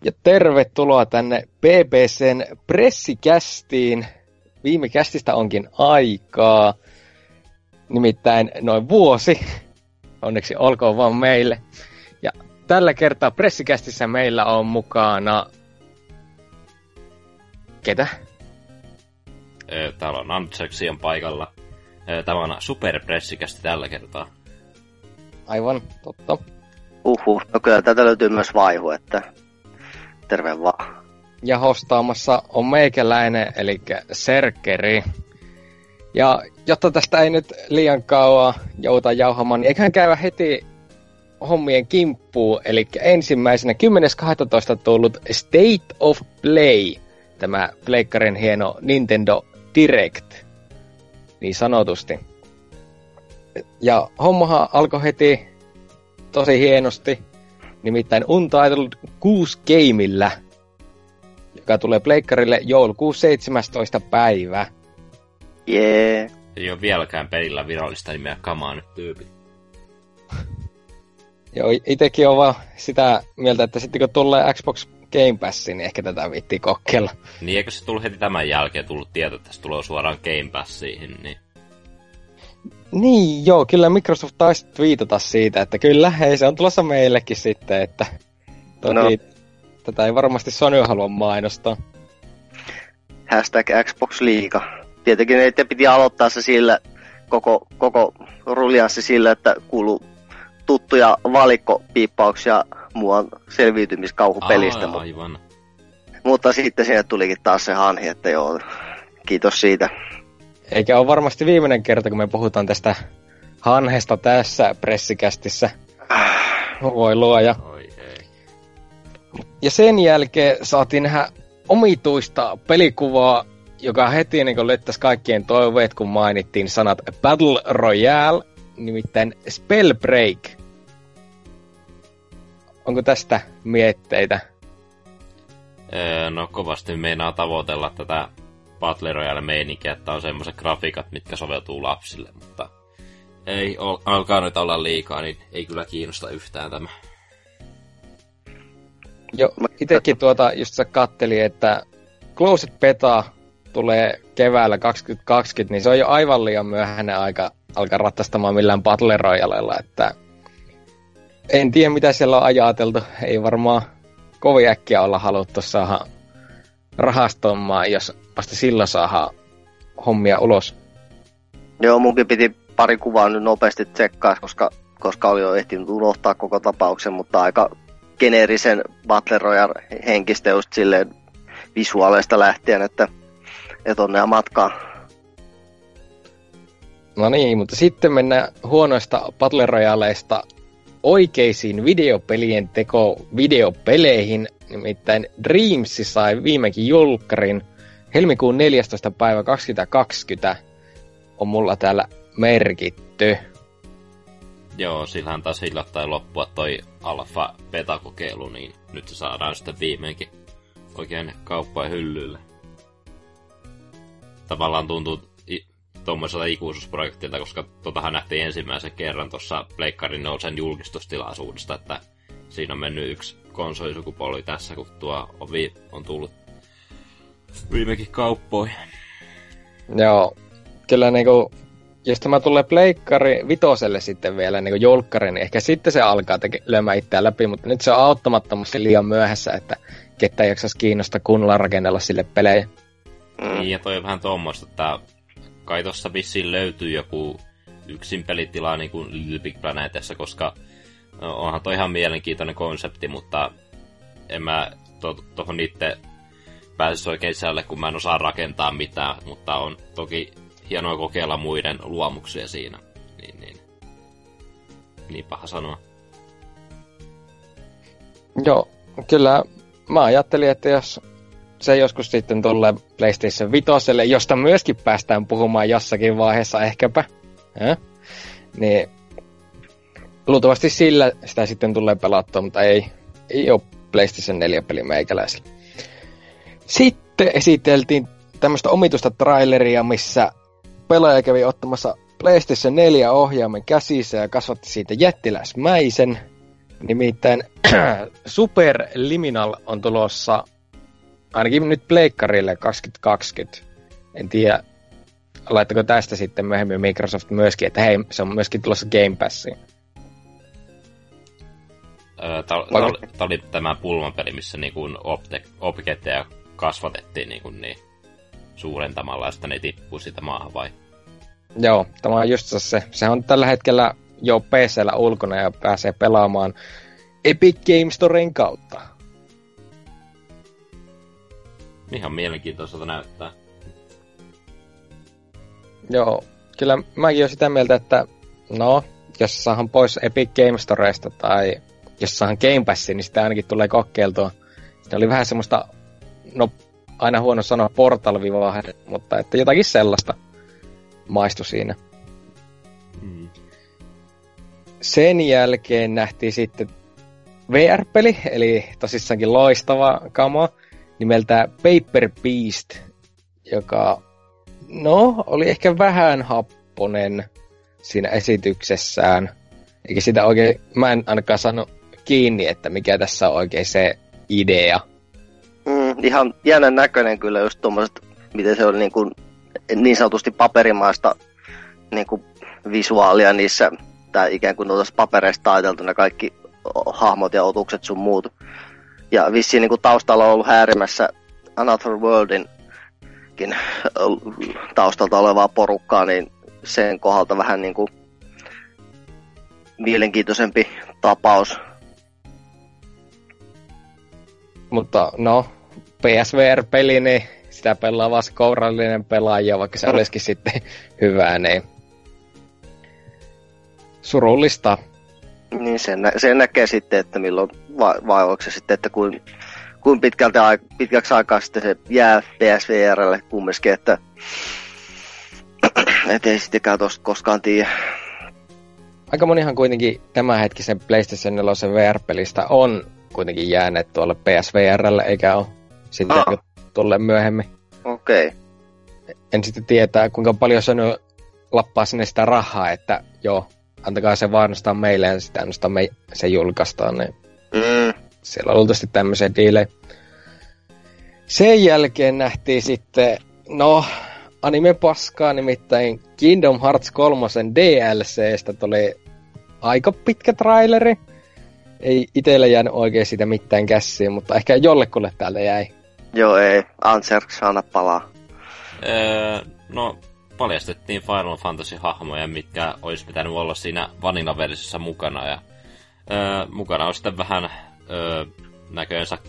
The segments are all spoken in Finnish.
Ja tervetuloa tänne BBCn pressikästiin. Viime kästistä onkin aikaa, nimittäin noin vuosi. Onneksi olkoon vaan meille. Ja tällä kertaa pressikästissä meillä on mukana... Ketä? Täällä on Antseksian paikalla. Tämä on superpressikästi tällä kertaa. Aivan, totta. No kyllä tätä löytyy myös Vaihu, että terve vaan. Ja hostaamassa on meikäläinen, eli Serkeri. Ja jotta tästä ei nyt liian kauan jouta jauhamaan, niin eiköhän käydä heti hommien kimppuun. Eli ensimmäisenä 10.12. tullut State of Play, tämä pleikkarin hieno Nintendo Direct, niin sanotusti. Ja hommahan alkoi heti tosi hienosti, nimittäin Untitled 6 Gameillä, joka tulee pleikkarille joulukuun 17. päivä. Jee. Ei ole vieläkään pelillä virallista nimeä kamaa nyt tyypi. Joo, itekin on vaan sitä mieltä, että sitten kun tulee Xbox Game Passiin, niin ehkä tätä viittii kokeilla. Niin eikö se tullut heti tämän jälkeen tullut tieto, että se tulee suoraan Game Passiin, niin... Niin joo, kyllä Microsoft taisi twiitata siitä, että kyllä, hei se on tulossa meillekin sitten, että toki tätä ei varmasti Sony halua mainostaa. Hashtag Xbox Liiga. Tietenkin ne piti aloittaa se sillä, koko ruljanssi sillä, että kuuluu tuttuja valikkopiippauksia muuan selviytymiskauhupelistä. Aivan. Mutta sitten sinne tulikin taas se hanhi, että joo, kiitos siitä. Eikä ole varmasti viimeinen kerta, kun me puhutaan tästä hanhesta tässä pressikästissä. Voi luoja. Oi ei. Ja sen jälkeen saatiin nähdä omituista pelikuvaa, joka heti niin kuin lettäisi kaikkien toiveet, kun mainittiin sanat Battle Royale, nimittäin Spellbreak. Onko tästä mietteitä? No kovasti meinaa tavoitella tätä Battle Royale-meininkiä, että on semmoiset grafiikat, mitkä soveltuu lapsille, mutta ei alkaa nyt olla liikaa, niin ei kyllä kiinnosta yhtään tämä. Joo, itekin just sä kattelin, että Closed Beta tulee keväällä 2020, niin se on jo aivan liian myöhäinen aika alkaa rattastamaan millään Battle Royalella, että en tiedä mitä siellä on ajateltu, ei varmaan kovin äkkiä olla haluttu saada rahastomaan, jos vasta silloin saadaan hommia ulos. Joo, munkin piti pari kuvaa nyt nopeasti tsekkaa, koska oli jo ehtinyt unohtaa koko tapauksen, mutta aika geneerisen Battle Royale henkistä just silleen visuaaleista lähtien, että onnea matkaa. No niin, mutta sitten mennään huonoista Battle Royaleista oikeisiin videopelien videopeleihin. Nimittäin Dreams sai viimekin julkkarin helmikuun 14. päivä 2020 on mulla täällä merkitty. Joo, sillähän taas hiljattain loppua toi alfa-beta-kokeilu, niin nyt se saadaan sitten viimeinkin oikein kauppaan hyllylle. Tavallaan tuntuu tuommoiselta ikuisuusprojektilta, koska totahan nähtiin ensimmäisen kerran tuossa Pleikkarin nousen julkistustilaisuudesta, että siinä on mennyt yksi konsolisukupolvi tässä, kun tuo on tullut viimekin kauppoihin. Joo, kyllä niinku, jos tämä tulee Pleikkari vitoselle sitten vielä niinku julkkari, niin ehkä sitten se alkaa lyömään itseään läpi, mutta nyt se on auttamattomasti liian myöhässä, että kettä ei jaksaisi kiinnostaa kunnolla rakennella sille pelejä. Niin, ja toi on vähän tuommoista, että kai tossa vissiin löytyy joku yksin pelitila niin kuin Little Big Planetissa, koska onhan toi ihan mielenkiintoinen konsepti, mutta en mä tohon itse pääsisi oikein sisälle, kun mä en osaa rakentaa mitään, mutta on toki hienoa kokeilla muiden luomuksia siinä. Niin paha sanoa. Joo, kyllä mä ajattelin, että jos se joskus sitten tulee PlayStation 5, josta myöskin päästään puhumaan jossakin vaiheessa ehkäpä, niin luultavasti sillä sitä sitten tulee pelattua, mutta ei ole PlayStation 4-peli meikäläisellä. Sitten esiteltiin tämmöistä omituista traileria, missä pelaaja kävi ottamassa PlayStation 4 ohjaimen käsissä ja kasvatti siitä jättiläismäisen. Nimittäin Superliminal on tulossa ainakin nyt pleikkarille 2020. En tiedä, laittako tästä sitten myöhemmin Microsoft myöskin, että hei, se on myöskin tulossa Game Passiin. Tämä oli tämä pulmapeli, missä niin objekteja kasvatettiin niin suurentamalla ja sitten ne tippuu siitä maahan vai? Joo, tämä on just se. Se on tällä hetkellä jo PC:llä ulkona ja pääsee pelaamaan Epic Games Storen kautta. Ihan mielenkiintoiselta näyttää. Joo, kyllä mäkin olen sitä mieltä, että no, jos saahan pois Epic Games Storesta tai jos saahan Game Passiin, niin sitä ainakin tulee kokeiltua. Se oli vähän semmoista, no aina huono sanoa Portal-vivahde, mutta että jotakin sellaista maistui siinä. Sen jälkeen nähtiin sitten VR-peli, eli tosissaankin loistava kama, nimeltä Paper Beast, joka, no, oli ehkä vähän happonen siinä esityksessään. Eikä sitä oikein, mä en ainakaan saanut kiinni, että mikä tässä on oikein se idea. Ihan jännän näköinen kyllä just tommoset, miten se oli niin sanotusti paperimaista visuaalia niissä, tai ikään kuin noita papereista taiteltu ne kaikki hahmot ja otukset sun muut. Ja vissiin taustalla on ollut häärimässä Another Worldinkin taustalta olevaa porukkaa, niin sen kohdalta vähän mielenkiintoisempi tapaus. Mutta no, PSVR-peli, niin sitä pelaa vaan se kourallinen pelaaja, vaikka se olisikin sitten hyvää, niin surullista. Niin sen näkee sitten, että milloin, vai onko se sitten, että kuin pitkäksi aikaa sitten se jää PSVRlle kumminkin, että ei sittenkään tosta koskaan tiedä. Aika monihan kuitenkin tämänhetkisen PlayStation 4 VR-pelistä on kuitenkin jääneet tuolle PSVRlle, eikä ole sitten tuolle myöhemmin. Okei. En sitten tietää, kuinka paljon se on lappaa sinne sitä rahaa, että joo, antakaa se vaan nostaa meille ja sitä nostaa se julkaistaan. Niin siellä on luultavasti tämmöisiä diilejä. Sen jälkeen nähtiin sitten, no, anime-paskaa, nimittäin Kingdom Hearts 3 DLCstä tuli aika pitkä traileri. Ei itselle jäänyt oikein siitä mitään käsiä, mutta ehkä jollekulle täältä jäi. Joo, ei. Anserks, anna palaa. No, paljastettiin Final Fantasy-hahmoja, mitkä olisi pitänyt olla siinä vanilla-versiossa mukana. Ja, mukana on sitten vähän näköjensä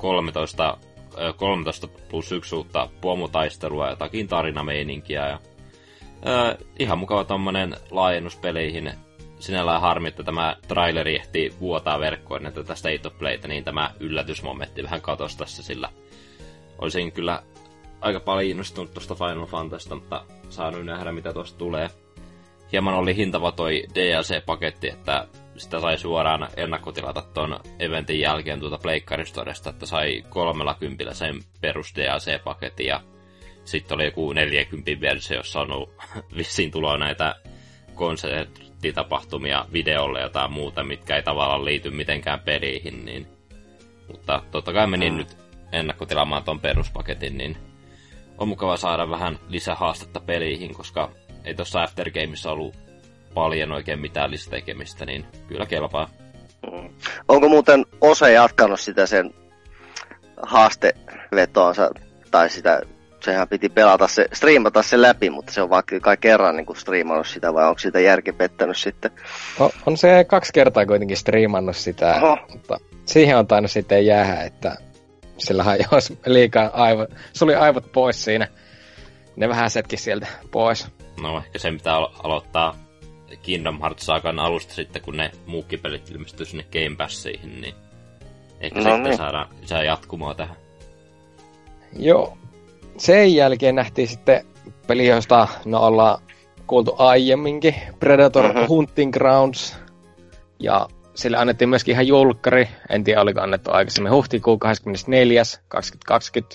13 plus 1 uutta pomotaistelua ja jotakin tarinameininkiä. Ja, ihan mukava tommonen laajennus peleihin. Sinällään harmi, että tämä traileri ehti vuotaa verkkoon ennen tätä State of Playtä, niin tämä yllätysmomentti vähän katosi tässä, sillä olisin kyllä aika paljon innostunut tuosta Final Fantasysta, mutta saa nyt nähdä, mitä tuosta tulee. Hieman oli hintava toi DLC-paketti, että sitä sai suoraan ennakkotilata ton eventin jälkeen Pleikkaristoresta, että sai 30 sen perus DLC-paketin, ja sitten oli joku 40 versio, jossa on ollut vissiin tuloa näitä konserttitapahtumia videolle ja jotain muuta, mitkä ei tavallaan liity mitenkään peliin, niin. Mutta totta kai menin nyt ennakkotilaamaan ton peruspaketin, niin on mukava saada vähän lisähaastetta peliin, koska ei tossa Aftergameissa ollut paljon oikein mitään lisätekemistä, niin kyllä kelpaa. Onko muuten Ose jatkanut sitä sen haastevetoonsa, tai sitä, sehän piti striimata se läpi, mutta se on vaikka kai kerran niin kuin striimannut sitä, vai onko sitä järki pettänyt sitten? On se 2 kertaa kuitenkin striimannut sitä, mutta siihen on tainnut sitten jäädä, että sillähän jos liikaa suli aivot pois siinä, ne vähän setkin sieltä pois. No ehkä se pitää aloittaa Kingdom Hearts-saakan alusta sitten, kun ne muukin pelit ilmestyy sinne Game Passiin, niin ehkä sitten saadaan lisää jatkumoa tähän. Joo. Sen jälkeen nähtiin sitten peli, josta ollaan kuultu aiemminkin, Predator Hunting Grounds, ja sille annettiin myöskin ihan julkkari, en tiedä oliko annettu aikaisemmin, huhtikuun 24. 2020.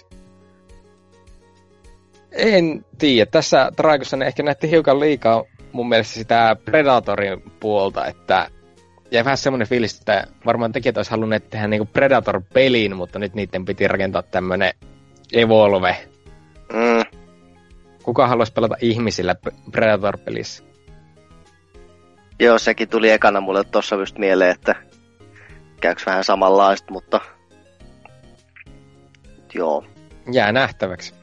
En tiedä, tässä traikossa ne ehkä nähtiin hiukan liikaa mun mielestä sitä Predatorin puolta, että jäi vähän semmoinen fiilis, että varmaan tekijät olisi halunneet tehdä niinku Predator-pelin, mutta nyt niiden piti rakentaa tämmönen Evolve. Kuka haluaisi pelata ihmisillä Predator-pelissä? Joo, sekin tuli ekana mulle tossa just mieleen, että käyks vähän samanlaista, mutta joo. Jää nähtäväksi.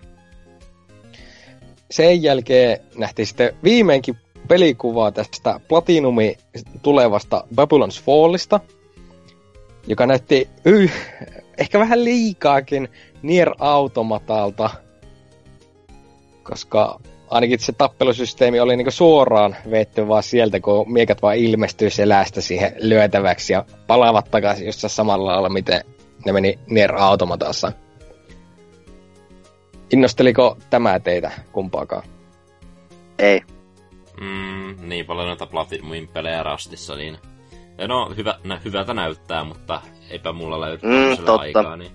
Sen jälkeen nähtiin sitten viimeinkin pelikuvaa tästä Platinumi tulevasta Babylon's Fallista, joka näytti ehkä vähän liikaakin Nier Automatalta, koska ainakin se tappelusysteemi oli niinku suoraan vetty vaan sieltä, kun miekat vaan ilmestyy selästä siihen lyötäväksi ja palaavat takaisin just samalla lailla, miten ne meni Nier Automatassa. Innosteliko tämä teitä kumpaakaan? Ei. Niin paljon noita Platinumin pelejä Rastissa, niin no hyvältä näyttää, mutta eipä mulla löytyy aikaa, niin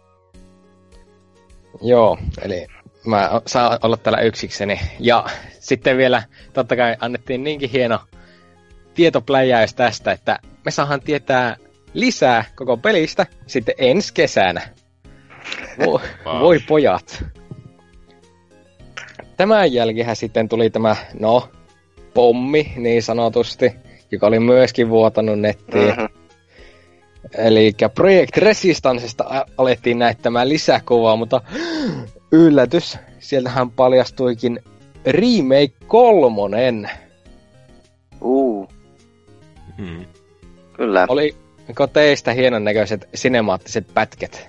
joo, eli mä saan olla täällä yksikseni. Ja sitten vielä, totta kai annettiin niinkin hieno tietopläjäys tästä, että me saadaan tietää lisää koko pelistä sitten ensi kesänä. Voi pojat. Tämän jälkeen sitten tuli tämä, pommi niin sanotusti, joka oli myöskin vuotanut nettiin. Eli Project Resistancesta alettiin näyttämään lisäkuvaa, mutta yllätys, sieltähän paljastuikin Remake 3. Kyllä. Oliko teistä hienon näköiset sinemaattiset pätkät?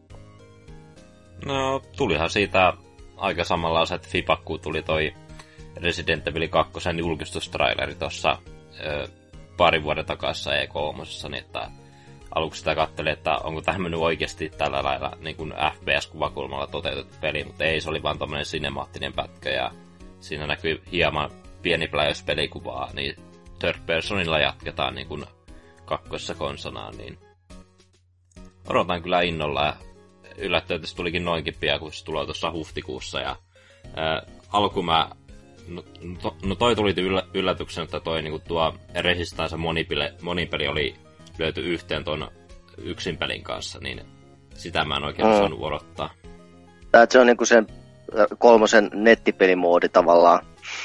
No, tulihan siitä aika samanlaiset fipat, kun tuli toi Resident Evil 2 julkistustraileri tuossa parin vuoden takassa E3, niin että aluksi sitä katselin, että onko tämä mennyt oikeasti tällä lailla niin kuin FPS-kuvakulmalla toteutettu peli, mutta ei, se oli vaan tommonen sinemaattinen pätkä, ja siinä näkyy hieman pieni pläjäys pelikuvaa, niin third personilla jatketaan niin kuin kakkosessa konsanaan, niin odotan kyllä innolla, ja yllättäen tässä tulikin noinkin pian, kun se tulee tuossa huhtikuussa, ja alkuun mä No toi tuli yllätyksen, että toi niinku tuo Resistance monipeli oli löyty yhteen ton yksin pelin kanssa, niin sitä mä en oikein osannut odottaa. Se on niinku sen 3 nettipelimoodi tavallaan.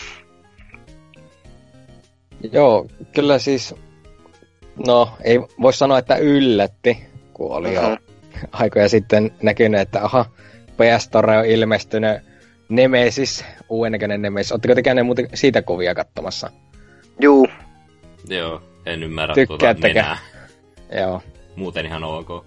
Joo, kyllä siis, ei voi sanoa, että yllätti, kun oli jo aikoja sitten näkynyt, että PS Store on ilmestynyt Nemesis, uudennäköinen Nemesis. Ootteko te käyneet muuten siitä kuvia katsomassa? Juu. Joo, en ymmärrä minä. Joo. Muuten ihan ok.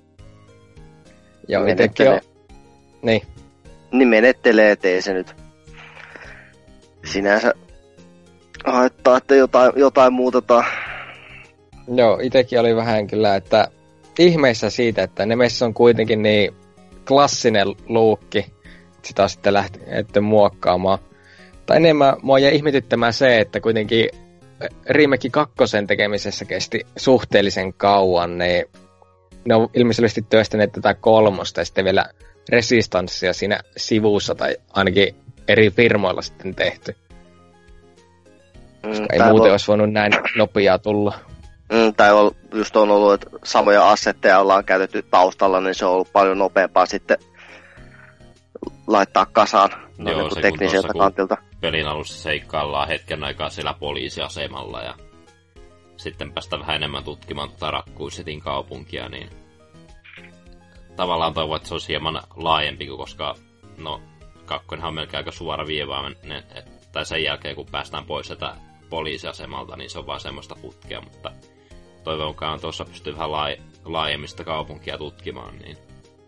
Joo, itekin on. Niin menettelee, ettei se nyt sinänsä haittaa, että jotain muutetaan. Joo, itekin oli vähän kyllä, että ihmeissä siitä, että Nemesis on kuitenkin niin klassinen luukki, sitä on sitten lähdetty muokkaamaan. Tai enemmän mua jäi ihmetyttämään se, että kuitenkin Remake 2 tekemisessä kesti suhteellisen kauan, niin ne on ilmeisesti työstäneet tätä 3 ja sitten vielä Resistancea siinä sivussa, tai ainakin eri firmoilla sitten tehty. Koska ei muuten olisi voinut näin nopeaa tulla. Tai just on ollut, että samoja assetteja ollaan käytetty taustalla, niin se on ollut paljon nopeampaa sitten laittaa kasaan niin tekniseltä kantilta. Pelin alussa seikkaillaan hetken aikaa siellä poliisiasemalla ja sitten päästä vähän enemmän tutkimaan Raccoon Cityn kaupunkia, niin tavallaan toivon, että se olisi hieman laajempi, koska kakkonenhan on melkein aika suoraviivainen, tai sen jälkeen kun päästään pois sieltä poliisiasemalta, niin se on vaan semmoista putkea, mutta toivon mukaan tuossa pystyy vähän laajemmista kaupunkia tutkimaan, niin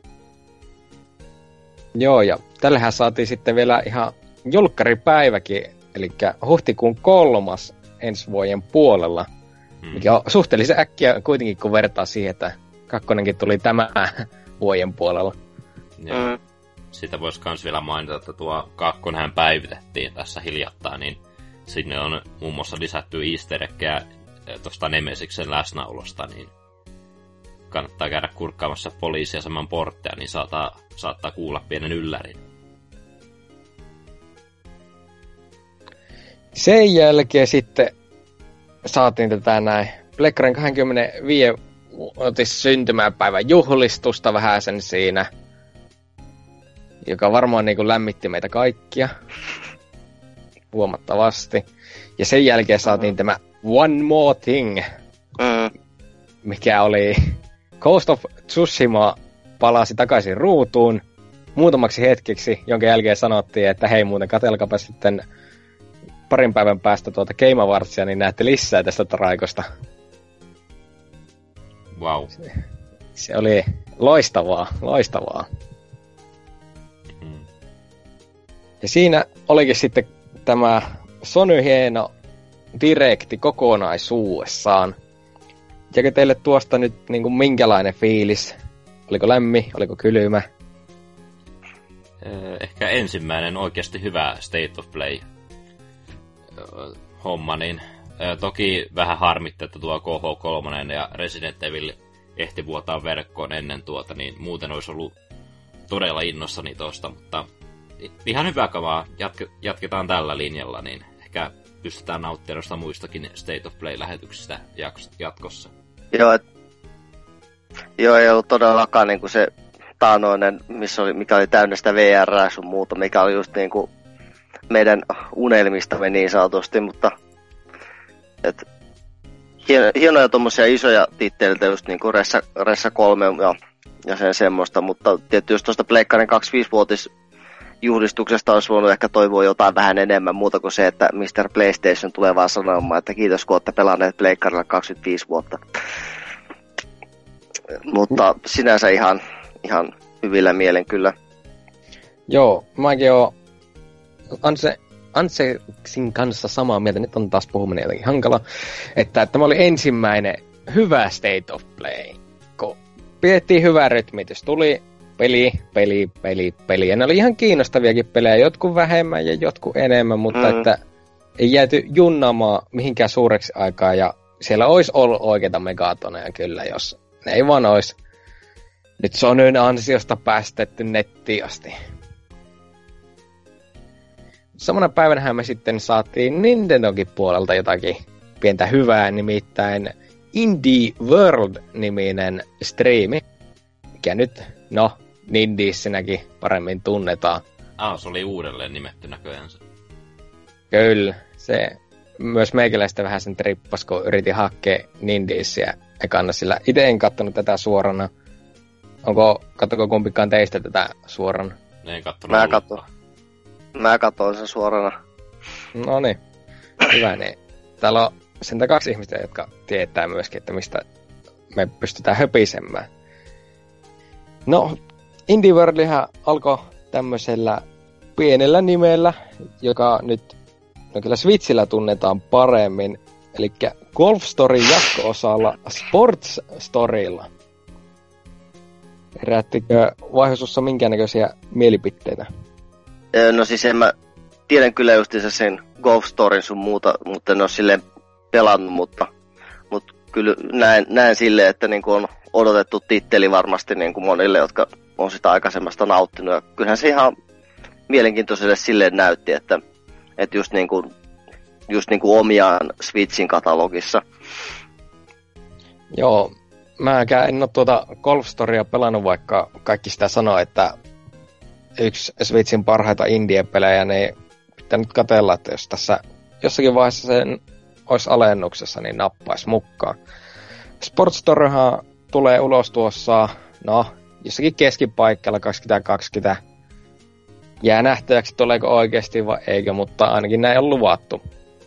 joo, ja tällähän saatiin sitten vielä ihan julkkaripäiväkin, eli huhtikuun 3. ensi vuoden puolella, mikä on suhteellisen äkkiä kuitenkin, kun vertaa siihen, että 2 tuli tämä vuoden puolella. Joo. Sitä voisi kans vielä mainita, että tuo 2 päivitettiin tässä hiljattain, niin sinne on muun muassa lisätty easter eggejä tuosta Nemesiksen läsnäolosta, niin kannattaa käydä kurkkaamassa poliisiaseman portteja, niin saattaa kuulla pienen yllärin. Sen jälkeen sitten saatiin tätä näin Pleikkarin 25 syntymäpäivän juhlistusta vähän sen siinä, joka varmaan niinku lämmitti meitä kaikkia huomattavasti. Ja sen jälkeen saatiin tämä One More Thing, mikä oli Ghost of Tsushima palasi takaisin ruutuun muutamaksi hetkeksi, jonka jälkeen sanottiin, että hei muuten katelkapa sitten parin päivän päästä tuota Game Awardsia, niin näette lisää tästä traikosta. Wow. Se oli loistavaa. Ja siinä olikin sitten tämä Sony hieno direkti kokonaisuudessaan. Jääkö teille tuosta nyt niin kuin minkälainen fiilis? Oliko lämmin? Oliko kylmä? Ehkä ensimmäinen oikeasti hyvä State of Play homma, niin toki vähän harmitti, että tuo KH3 ja Resident Evil ehti vuotaa verkkoon ennen tuota, niin muuten olisi ollut todella innossani tosta, mutta ihan hyvä kamaa. Jatketaan tällä linjalla, niin ehkä pystytään nauttimaan noista muistakin State of Play-lähetyksistä jatkossa. Joo, ei ollut todellakaan niin kuin se taanoinen, mikä oli täynnä sitä VR sun muuta, mikä oli just niin kuin meidän unelmistamme niin sanotusti, mutta hienoja tommosia isoja titteleitä just niinku Ressa 3 ja sen semmoista, mutta tietysti jos tuosta Pleikkarin 25-vuotis juhlistuksesta olisi voinut ehkä toivoa jotain vähän enemmän muuta kuin se, että Mr. PlayStation tulee vaan sanomaan, että kiitos kun olette pelanneet Pleikkarilla 25 vuotta. Mutta sinänsä ihan hyvillä mielen kyllä. Joo, mäkin oon Anseksin kanssa samaa mieltä, nyt on taas puhuminen jotenkin hankala, että tämä oli ensimmäinen hyvä State of Play, kun pidettiin hyvä rytmitys, tuli peli, ja ne oli ihan kiinnostaviakin pelejä, jotkut vähemmän ja jotkut enemmän, mutta että ei jääty junnaamaan mihinkään suureksi aikaa, ja siellä olisi ollut oikeita megatoneja kyllä, jos ne ei vaan olisi nyt Sonyn ansiosta päästetty nettiin asti. Samana päivänähän me sitten saatiin Nintendonkin puolelta jotakin pientä hyvää, nimittäin Indie World-niminen striimi, mikä nyt, Nindiessinäkin paremmin tunnetaan. Se oli uudelleen nimetty näköjään se. Kyllä, se myös meikäläistä vähän sen trippas, kun yritin hakea Nindiessiä ekana, sillä itse en kattonut tätä suorana. Kattoko kumpikaan teistä tätä suorana? En kattonut. Mä katsoin sen suorana. No niin, hyvä niin. Täällä on sen 2 ihmistä, jotka tietää myöskin, että mistä me pystytään höpisemään. No, Indie Worldihan alkoi tämmöisellä pienellä nimellä, joka nyt kyllä Switchillä tunnetaan paremmin, eli Golf Story jatko-osalla Sports Storylla. Herättikö vaiheessa minkäännäköisiä mielipiteitä? No siis mä tiedän kyllä justiinsa sen Golf Storyn sun muuta, mutta en ole silleen pelannut, mutta kyllä näen silleen, että niin on odotettu titteli varmasti niin kuin monille, jotka on sitä aikaisemmasta nauttinut. Ja kyllähän se ihan mielenkiintoiselle silleen näytti, että just niin kuin omiaan Switchin katalogissa. Joo, mäkään en ole tuota Golf Storya pelannut, vaikka kaikki sitä sanoo, että yksi Switchin parhaita indie-pelejä, niin pitää nyt katsella, että jos tässä jossakin vaiheessa sen olisi alennuksessa, niin nappaisi mukaan. Sports Storyhan tulee ulos tuossa, jossakin keskipaikalla 2020. Jää nähtäväksi, tuleeko oikeasti vai eikö, mutta ainakin näin on luvattu.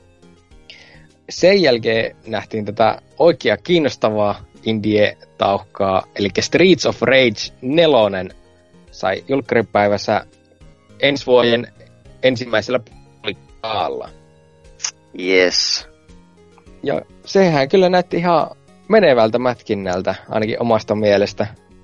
Sen jälkeen nähtiin tätä oikea kiinnostavaa indie-tauhkaa, eli Streets of Rage 4 sai julkkaripäivässä ensi vuoden ensimmäisellä puolikaalla. Yes. Ja sehän kyllä näytti ihan menevältä mätkinnältä, ainakin omasta mielestä.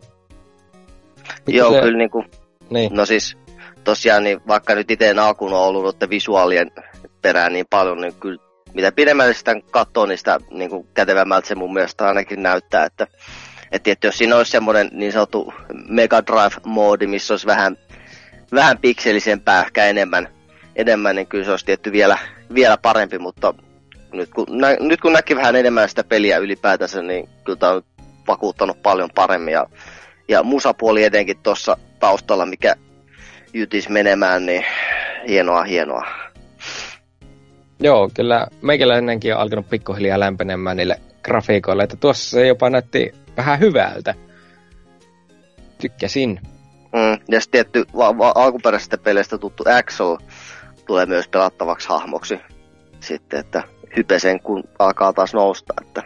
Joo, kyllä niinku. Niin. No siis tosiaan, niin vaikka nyt itse en alkuun ole ollut noiden visuaalien perään niin paljon, niin kyllä mitä pidemmälle sitä katsoo, niin sitä niin kätevämmältä se mun mielestä ainakin näyttää, että jos siinä olisi semmoinen niin sanottu Mega Drive-moodi, missä olisi vähän pikselisempää, ehkä enemmän, niin kyllä se olisi tietty vielä parempi, mutta nyt kun näki vähän enemmän sitä peliä ylipäätänsä, niin kyllä tää on vakuuttanut paljon paremmin. Ja musapuoli etenkin tuossa taustalla, mikä jytis menemään, niin hienoa. Joo, kyllä meikäläinenkin on alkanut pikkuhiljaa lämpenemään niille grafiikoille, että tuossa se jopa näytti vähän hyvältä. Tykkäsin. Ja sitten tietty alkuperäisestä peleistä tuttu Axel tulee myös pelattavaksi hahmoksi sitten, että hypesen kun alkaa taas nousta, että...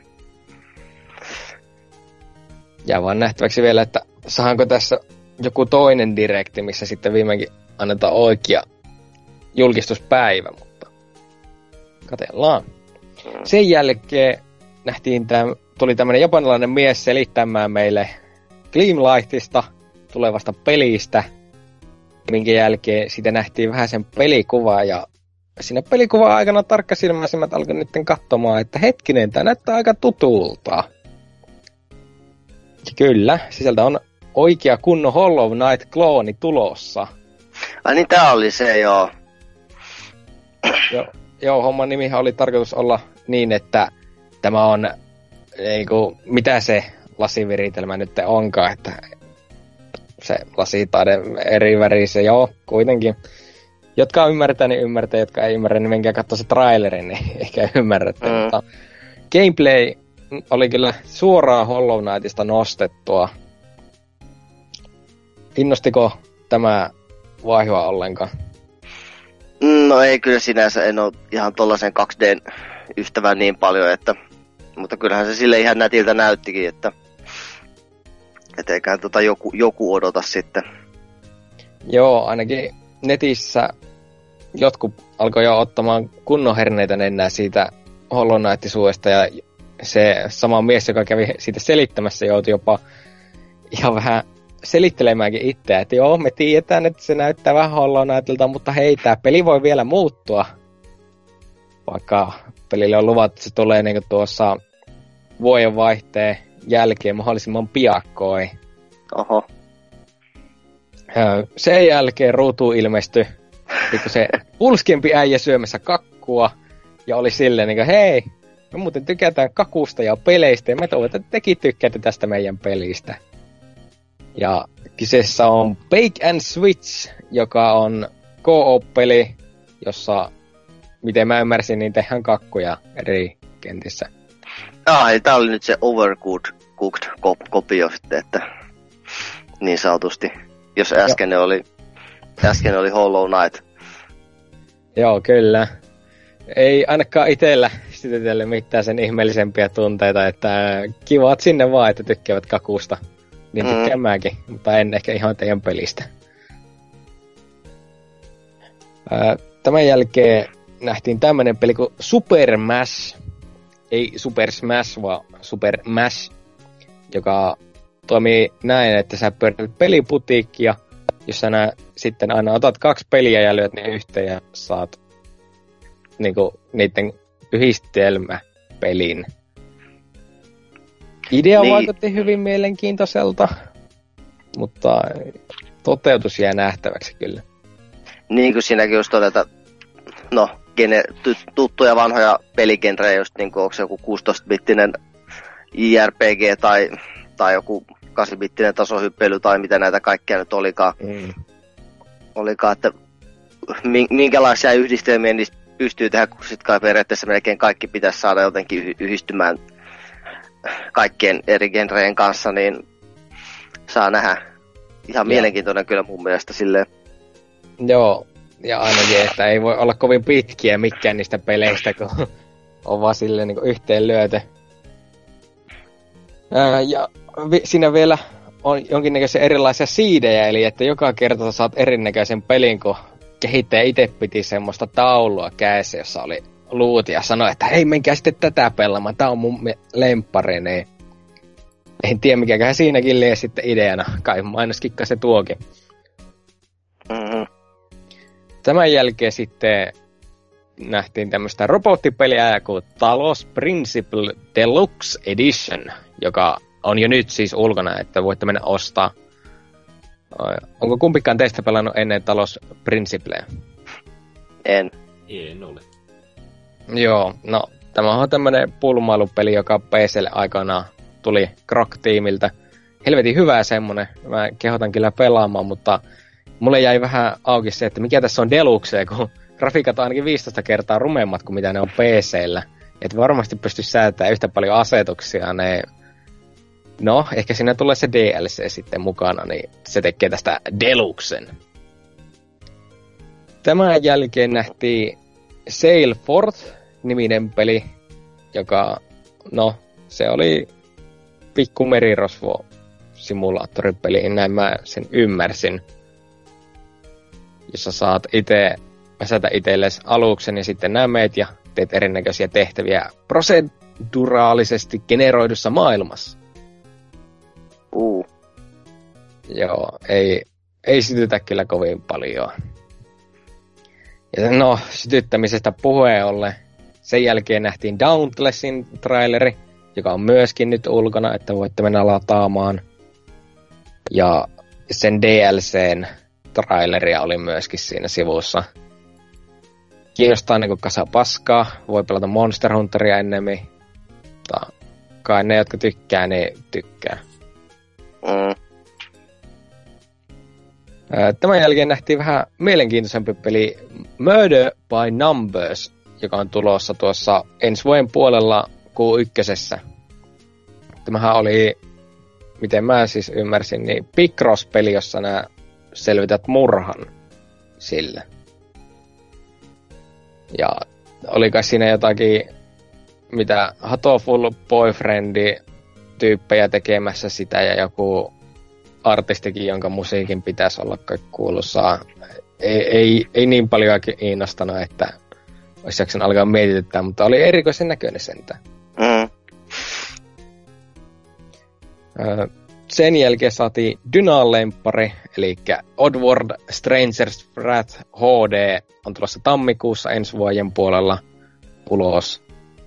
Ja vaan nähtäväksi vielä, että saanko tässä joku toinen direkti, missä sitten viimeinkin annetaan oikea julkistuspäivä, mutta katsellaan. Sen jälkeen tuli tämmönen japanilainen mies selittämään meille Gleamlightista tulevasta pelistä, minkä jälkeen siitä nähtiin vähän sen pelikuvaa, ja siinä pelikuvan aikana tarkkasilmäisemmät alkoi nyt katsomaan, että hetkinen, tää näyttää aika tutulta. Ja kyllä, sisältä on oikea kunnon Hollow Knight-klooni tulossa. Ai niin, tää oli se, joo. Joo, homman nimihän oli tarkoitus olla niin, että tämä on niinku, mitä se lasiviritelmä nyt onkaan, että se lasitaide eri värissä, joo, kuitenkin. Jotka ymmärtää, niin ymmärtää, jotka ei ymmärrä, niin menkää katsoa se trailerin, niin ehkä ymmärrätte. Mutta gameplay oli kyllä suoraan Hollow Knightista nostettua. Innostiko tämä vaihua ollenkaan? No ei, kyllä sinänsä en ole ihan tollasen 2D:n ystävä niin paljon, mutta kyllähän se sille ihan nätiltä näyttikin, että eiköhän joku odota sitten. Joo, ainakin netissä jotkut alkoi jo ottamaan kunnon herneitä nenää siitä Hollow Knight-suuesta, ja se sama mies, joka kävi siitä selittämässä, joutui jopa ihan vähän selittelemäänkin itseä, että joo, me tiedetään, että se näyttää vähän Hollow Knightilta, mutta hei, tää peli voi vielä muuttua. Vaikka pelille on luvattu, että se tulee niinku tuossa vuodenvaihteen jälkeen mahdollisimman piakkoin. Oho. Sen jälkeen ruutuun ilmestyi se pulskempi äijä syömässä kakkua, ja oli silleen niinku, hei, me muuten tykätään kakusta ja peleistä, ja me toivotaan, että tekin tykkäätte tästä meidän pelistä. Ja kyseessä on Bake and Switch, joka on co-op-peli, jossa, miten mä ymmärsin, niin tehdään kakkuja eri kentissä. Eli tää oli nyt se overcooked kopio sitten, että niin sanotusti, jos äsken oli Hollow Knight. Joo, kyllä. Ei ainakaan itsellä sytytelle mitään sen ihmeellisempiä tunteita, että kivaat sinne vaan, että tykkäävät kakusta. Niin tykkään mäkin, mutta en ehkä ihan teidän pelistä. Tämän jälkeen nähtiin tämmönen peli kuin Super Smash. Ei Super Smash, vaan Super Mash, joka toimii näin, että sä pyörität peliputiikkia, jossa sitten aina otat 2 peliä ja lyöt ne yhteen ja saat niinku niiden yhdistelmäpelin. Idea vaikutti hyvin mielenkiintoiselta, mutta toteutus jää nähtäväksi kyllä. Niin kuin siinäkin just todeta, no, tuttuja vanhoja peligenrejä, just niin kuin onko se joku 16-bittinen JRPG tai joku 8-bittinen tasohyppely tai mitä näitä kaikkea nyt olikaan. Olikaan, että minkälaisia yhdistelmiä niistä pystyy tehdä, kun sit kai periaatteessa melkein kaikki pitäisi saada jotenkin yhdistymään kaikkien eri genrejen kanssa, niin saa nähdä. Ihan mielenkiintoinen kyllä mun mielestä silleen. Joo, ja ainakin, että ei voi olla kovin pitkiä mikään niistä peleistä, kun on vaan silleen niin yhteen lyöty. Ja siinä vielä on jonkinnäköisiä erilaisia siidejä, eli että joka kerta saat erinäköisen pelin, kun kehittäjä itse piti semmoista taulua kädessä, jossa oli luuti ja sanoi, että hei, menkää sitten tätä pelaamaan, tää on mun lemppari, niin en tiedä mikäköhän siinäkin lie sitten ideana, kai mainoskikka se tuokin. Tämän jälkeen sitten nähtiin tämmöistä robottipeliä kuin Talos Principle Deluxe Edition, joka on jo nyt siis ulkona, että voitte mennä ostaa. Onko kumpikaan teistä pelannut ennen Talos Principlea? En ole. Joo, no tämä on tämmönen pulmailupeli, joka PC:lle aikanaan tuli Krok-tiimiltä. Helvetin hyvä semmonen. Mä kehotan kyllä pelaamaan, mutta mulle jäi vähän auki se, että mikä tässä on Deluxe, kun grafiikat on ainakin 15 kertaa rumemmat kuin mitä ne on PC:llä. Et varmasti pysty säätämään yhtä paljon asetuksia. No, ehkä siinä tulee se DLC sitten mukana, niin se tekee tästä Deluxen. Tämän jälkeen nähtiin Sail Forth-niminen peli, joka, no, se oli pikku merirosvo-simulaattoripeli, näin mä sen ymmärsin. Jossa saat itse pesätä itsellesi aluksen ja sitten nämet ja teet erinäköisiä tehtäviä proseduraalisesti generoidussa maailmassa. Joo, ei sytytä kyllä kovin paljon. Ja no, sytyttämisestä puheen ollen, sen jälkeen nähtiin Dauntlessin traileri, joka on myöskin nyt ulkona, että voitte mennä lataamaan. Ja sen DLCn traileria oli myöskin siinä sivussa. Kiinnostaa niinku kasa paskaa, voi pelata Monster Hunteria ennemmin. Mutta kai ne, jotka tykkää, ne tykkää. Tämän jälkeen nähtiin vähän mielenkiintoisempi peli Murder by Numbers, joka on tulossa tuossa ensi vuoden puolella Q1. Tämähän oli, miten mä siis ymmärsin, niin Picross-peli, jossa nää selvität murhan sillä. Ja oli kai siinä jotakin, mitä Hatoful Boyfriendi tyyppejä tekemässä sitä ja joku artistikin, jonka musiikin pitäisi olla kai kuuluisaa. Ei niin paljon kiinnostanut, että olisi jaksanut alkaa mietityttää, mutta oli erikoisen näköinen sentään. Sen jälkeen saatiin Dyna-lemppari, eli Oddworld Stranger's Wrath HD on tulossa tammikuussa ensi vuoden puolella ulos.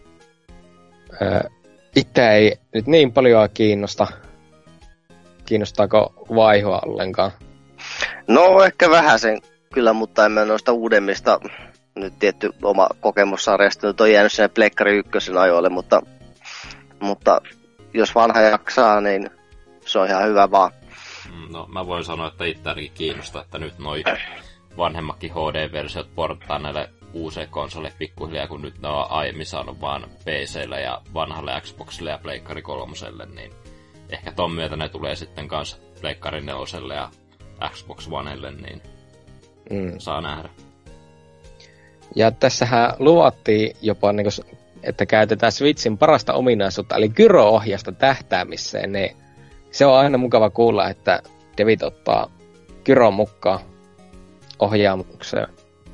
Itse ei nyt niin paljon kiinnosta. Kiinnostaako vaihoa ollenkaan? No ehkä vähän sen kyllä, mutta en mä noista uudemmista nyt tietty oma kokemussarjasta nyt on jäänyt sinne Pleikkari 1 ajoille, mutta jos vanha jaksaa, niin se on ihan hyvä vaan. No mä voin sanoa, että itse ainakin kiinnostaa, että nyt noi vanhemmatkin HD-versiot porttaa näille uusille konsoleille pikkuhiljaa, kun nyt ne on aiemmin saanut vaan PC:lle ja vanhalle Xboxille ja Pleikkari 3:lle, niin ehkä ton myötä ne tulee sitten kans Pleikkari 4:lle ja Xbox Onelle, niin saa nähdä. Ja tässähän luvattiin jopa, niin kun, että käytetään Switchin parasta ominaisuutta, eli gyro-ohjasta tähtäämiseen, niin se on aina mukava kuulla, että devit ottaa gyron mukaan ohjaamukseen.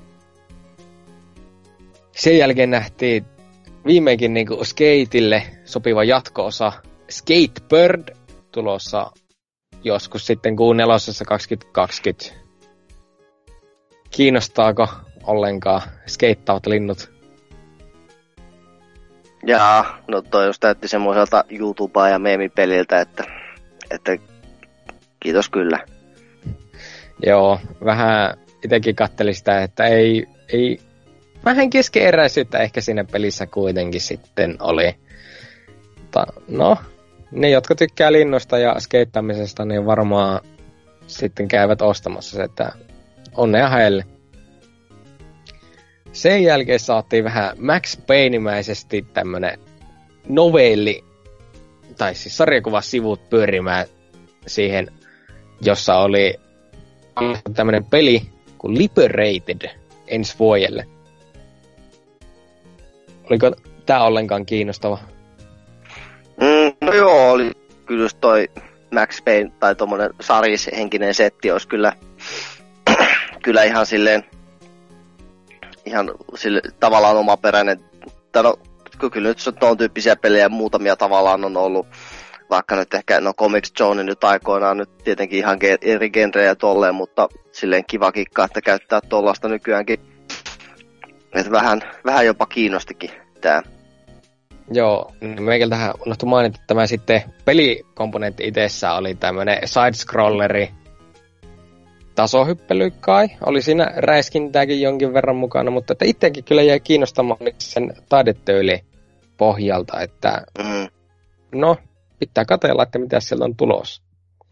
Sen jälkeen nähtiin viimeinkin niin kuin Skateille sopiva jatko-osa Skatebird tulossa joskus sitten Q4 2020. Kiinnostaako ollenkaan skeittaavat linnut? Jaa, no toi just täytti semmoiselta YouTubea ja meemipeliltä, että kiitos kyllä. Joo, vähän itekin kattelin sitä, että ei vähän keskeeräisyyttä ehkä siinä pelissä kuitenkin sitten oli. Mutta no, ne jotka tykkää linnusta ja skeittaamisesta, niin varmaan sitten käyvät ostamassa se, että onnea heille. Sen jälkeen saatiin vähän Max Payne-mäisesti tämmönen novelli, tai siis sarjakuvasivut pyörimään siihen, jossa oli tämmönen peli kuin Liberated ensi vuodelle. Oliko tää ollenkaan kiinnostava? No joo, oli kyllä just toi Max Payne tai tommonen sarishenkinen setti olisi kyllä ihan silleen tavallaan omaperäinen. No, kyllä nyt tuon tyyppisiä pelejä muutamia tavallaan on ollut, vaikka nyt ehkä, no Comics Zone nyt aikoinaan nyt tietenkin ihan eri genrejä tolleen, mutta silleen kiva kikka, että käyttää tollaista nykyäänkin. Että vähän jopa kiinnostikin tää. Joo, meikältähän unohtui mainita, että tämä sitten pelikomponentti itsessään oli tämmönen side-scrolleri tasohyppely kai. Oli siinä räiskintääkin jonkin verran mukana, mutta että itsekin kyllä jäi kiinnostamaan sen taidetyyli pohjalta, että no, pitää katsella, että mitä sieltä on tulossa.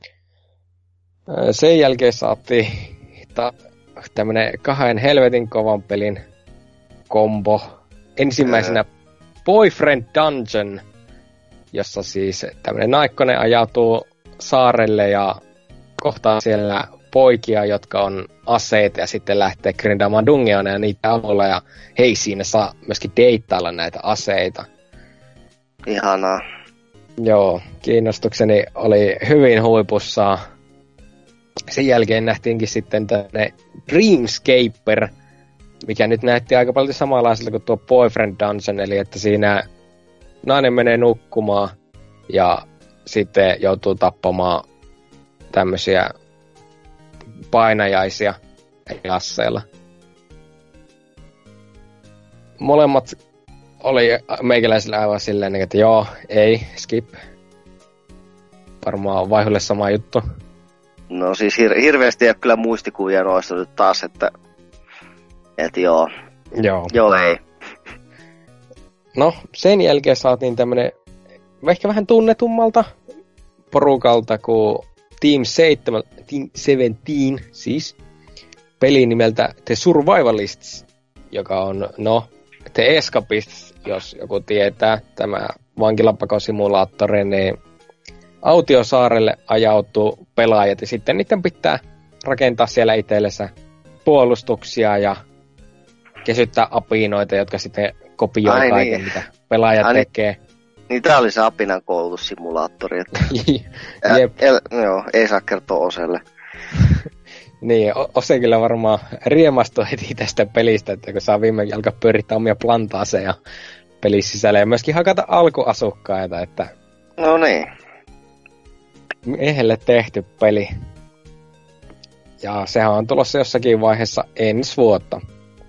Sen jälkeen saatiin tämmönen 2 helvetin kovan pelin kombo. Ensimmäisenä Boyfriend Dungeon, jossa siis tämmönen naikkonen ajautuu saarelle ja kohtaa siellä poikia, jotka on aseita ja sitten lähtee grindaamaan dungeoneja niitä avulla ja hei, siinä saa myöskin deittailla näitä aseita. Ihanaa. Joo, kiinnostukseni oli hyvin huipussa. Sen jälkeen nähtiinkin sitten tänne Dreamscaper, mikä nyt näytti aika paljon samanlaiselta kuin tuo Boyfriend Dungeon, eli että siinä nainen menee nukkumaan ja sitten joutuu tappamaan tämmöisiä painajaisia eri asseilla. Molemmat oli meikäläisillä aivan silleen, että joo, ei, skip. Varmaan vaihulle sama juttu. No siis hirveästi ei ole kyllä muistikuvia noista nyt taas, että joo. Joo, ei. No, sen jälkeen saatiin tämmönen ehkä vähän tunnetummalta porukalta kuin Team 17, siis peli nimeltä The Survivalists, joka on, no, The Escapists, jos joku tietää, tämä vankilapakosimulaattori, niin autiosaarelle ajautuu pelaajat ja sitten niiden pitää rakentaa siellä itsellensä puolustuksia ja kesyttää apinoita, jotka sitten kopioi kaiken, mitä pelaajat tekee. Niin tää oli se apinan koulutussimulaattori, että joo, ei saa kertoa Oselle. Niin, Ose kyllä varmaan riemastui heti tästä pelistä, että kun saa viime alkaa pyörittää omia plantaaseja pelissä sisällä ja myöskin hakata alkuasukkaita, että no niin. Miehelle tehty peli. Ja sehän on tulossa jossakin vaiheessa ensi vuotta.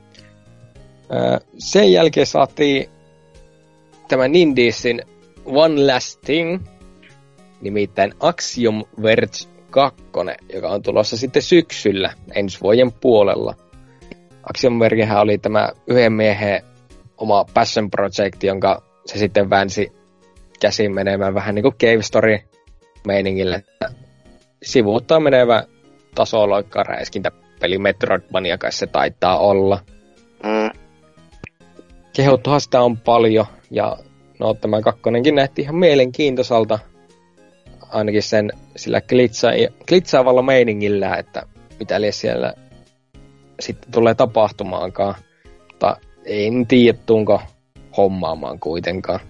Sen jälkeen saatiin tämä Nindiesin One Last Thing, nimittäin Axiom Verge 2, joka on tulossa sitten syksyllä ensi vuoden puolella. Axiom Vergehän oli tämä yhden miehen oma passion project, jonka se sitten väänsi käsin menemään vähän niin kuin Cave Story meiningille, että sivuuttaa menevä tasoloikka räiskintäpeli Metroidvania kai se taitaa olla. Kehuttuhan sitä on paljon, ja no tämä 2 näytti ihan mielenkiintoisalta, ainakin sen sillä glitsaavalla meiningillä, että mitä liian siellä sitten tulee tapahtumaankaan, mutta en tiedä, tuunko hommaamaan kuitenkaan.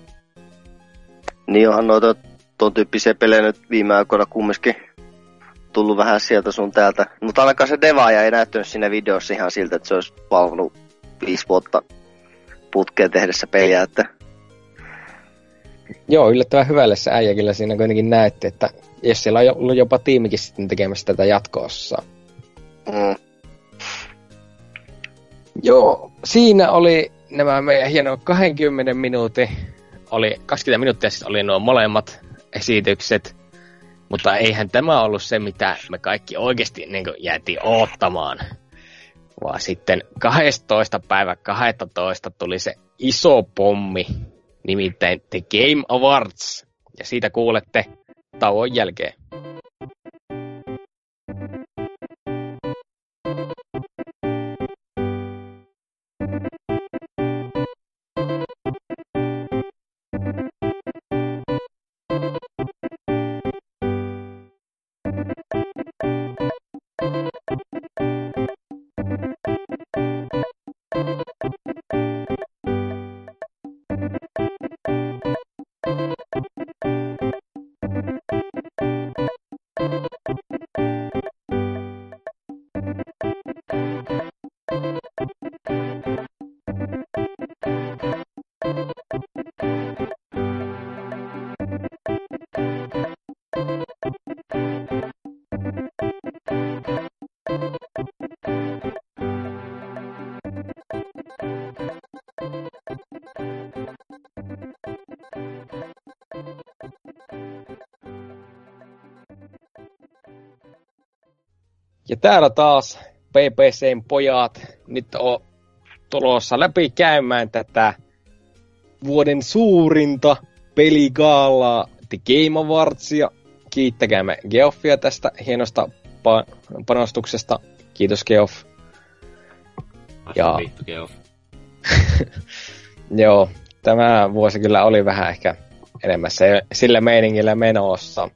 Niin onhan noita tuon tyyppisiä pelejä nyt viime aikoina kumminkin tullut vähän sieltä sun täältä. Mutta ainakaan se devaaja ei näyttänyt siinä videossa ihan siltä, että se olisi valvonut 5 vuotta putkeen tehdessä peliä, että joo, yllättävän hyvälle se äijä kyllä siinä kuitenkin näytti, että jos siellä on ollut jopa tiimikin sitten tekemässä tätä jatko-osaa. Joo, siinä oli nämä meidän hieno 20 minuuttia sitten oli nuo molemmat esitykset, mutta eihän tämä ollut se, mitä me kaikki oikeasti niin kuin jäätiin oottamaan. Vaan sitten 12.12. tuli se iso pommi, nimittäin The Game Awards, ja siitä kuulette tauon jälkeen. Ja täällä taas PPCn pojat nyt on tulossa läpi käymään tätä vuoden suurinta peligaalaa The Game Awardsia. Kiittäkäämme Geoffia tästä hienosta panostuksesta. Kiitos Geoff. Ja vittu Geoff. Joo, tämä vuosi kyllä oli vähän ehkä enemmän sillä meiningillä menossa.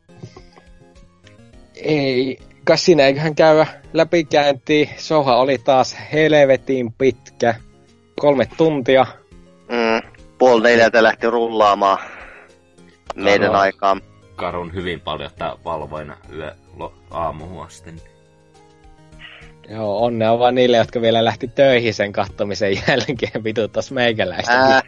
Ei, kas siinä eiköhän käydä läpikäyntiin. Showhan oli taas helvetin pitkä. 3 tuntia. 3:30 lähti rullaamaan meidän aikaan. Karun hyvin paljon, että valvoin aamuun asti. Joo, onnea vaan niille, jotka vielä lähti töihin sen kattomisen jälkeen. Vituttas meikäläistä.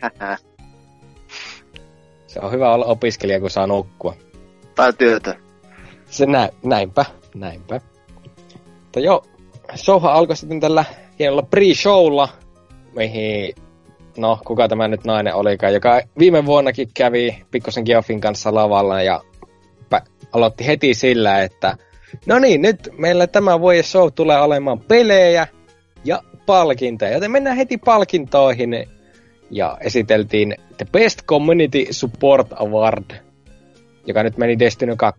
Se on hyvä olla opiskelija, kun saa nukkua. Tai työtä. Se näinpä. Mutta joo, showhan alkoi sitten tällä hienolla pre-showlla, mihin, no kuka tämä nyt nainen olikaan, joka viime vuonnakin kävi pikkusen Geoffin kanssa lavalla ja aloitti heti sillä, että no niin, nyt meillä tämä vuoden show tulee olemaan pelejä ja palkintoja, joten mennään heti palkintoihin. Ja esiteltiin The Best Community Support Award, joka nyt meni Destiny 2.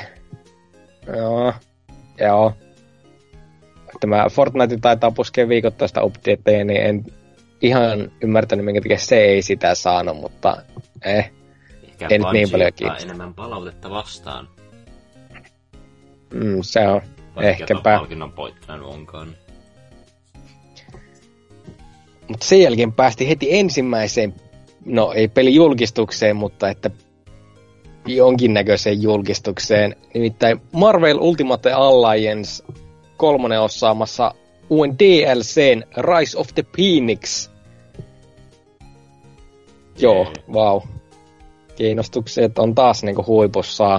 Joo. Tämä Fortnite taitaa puskea viikoittaista updateja, niin en ihan ymmärtänyt, minkä takia se ei sitä saanut, mutta ei nyt niin paljon kiinnostaa. Enemmän palautetta vastaan. Se on ehkäpä. Palkinnon poittanut onkaan. Mutta sen jälkeen päästi heti ensimmäiseen, no ei pelijulkistukseen, mutta että jonkinnäköiseen julkistukseen. Nimittäin Marvel Ultimate Alliance 3 osaamassa uuden DLCn Rise of the Phoenix. Joo, vau. Kiinnostukset on taas niinku huipussaan.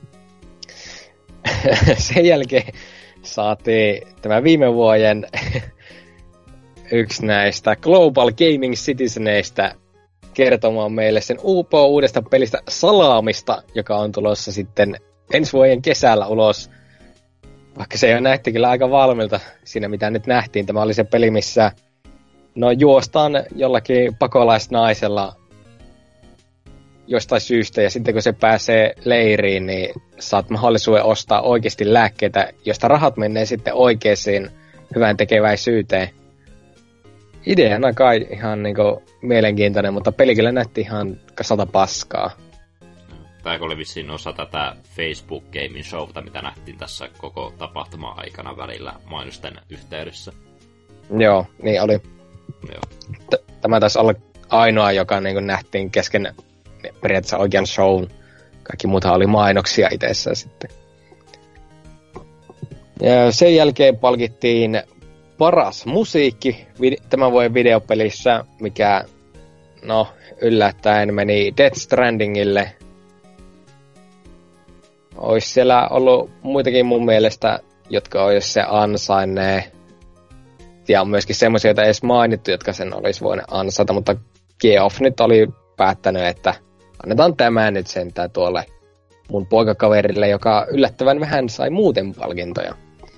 Sen jälkeen saatiin tämä viime vuoden yksi näistä Global Gaming Citizeneistä kertomaan meille sen uudesta pelistä Salamista, joka on tulossa sitten ensi vuoden kesällä ulos. Vaikka se jo näytti kyllä aika valmilta siinä, mitä nyt nähtiin. Tämä oli se peli, missä juostaan jollakin pakolaisnaisella jostain syystä, ja sitten kun se pääsee leiriin, niin saat mahdollisuuden ostaa oikeasti lääkkeitä, josta rahat menee sitten oikeisiin hyvän tekeväisyyteen. Ideana kai ihan niinku mielenkiintoinen, mutta peli kyllä näytti ihan kasata paskaa. Tämä oli vissiin osa tätä Facebook Gaming Showta, mitä nähtiin tässä koko tapahtuma aikana välillä mainosten yhteydessä. Joo, niin oli. Joo. Tämä taisi olla ainoa, joka niinku nähtiin kesken periaatteessa oikean shown. Kaikki muuta oli mainoksia itsessään sitten. Ja sen jälkeen palkittiin paras musiikki tämän vuoden videopelissä, mikä yllättäen meni Death Strandingille. Ois siellä ollut muitakin mun mielestä, jotka ois se ansainnee. Ja on myöskin semmoisia, joita ei edes mainittu, jotka sen olisi voinut ansaita, mutta Geoff nyt oli päättänyt, että annetaan tämä nyt sentään tuolle mun poikakaverille, joka yllättävän vähän sai muuten palkintoja.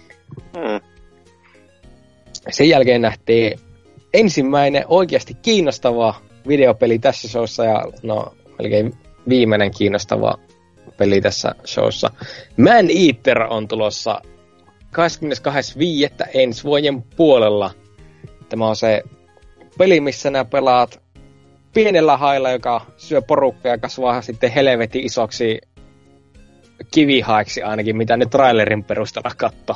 Sen jälkeen nähtiin ensimmäinen oikeasti kiinnostava videopeli tässä showssa ja melkein viimeinen kiinnostava peli tässä showssa. Man Eater on tulossa 22.5. ensi vuoden puolella. Tämä on se peli, missä nää pelaat pienellä hailla, joka syö porukkaa ja kasvaa sitten helvetin isoksi kivihaiksi ainakin, mitä nyt trailerin perusteella katto.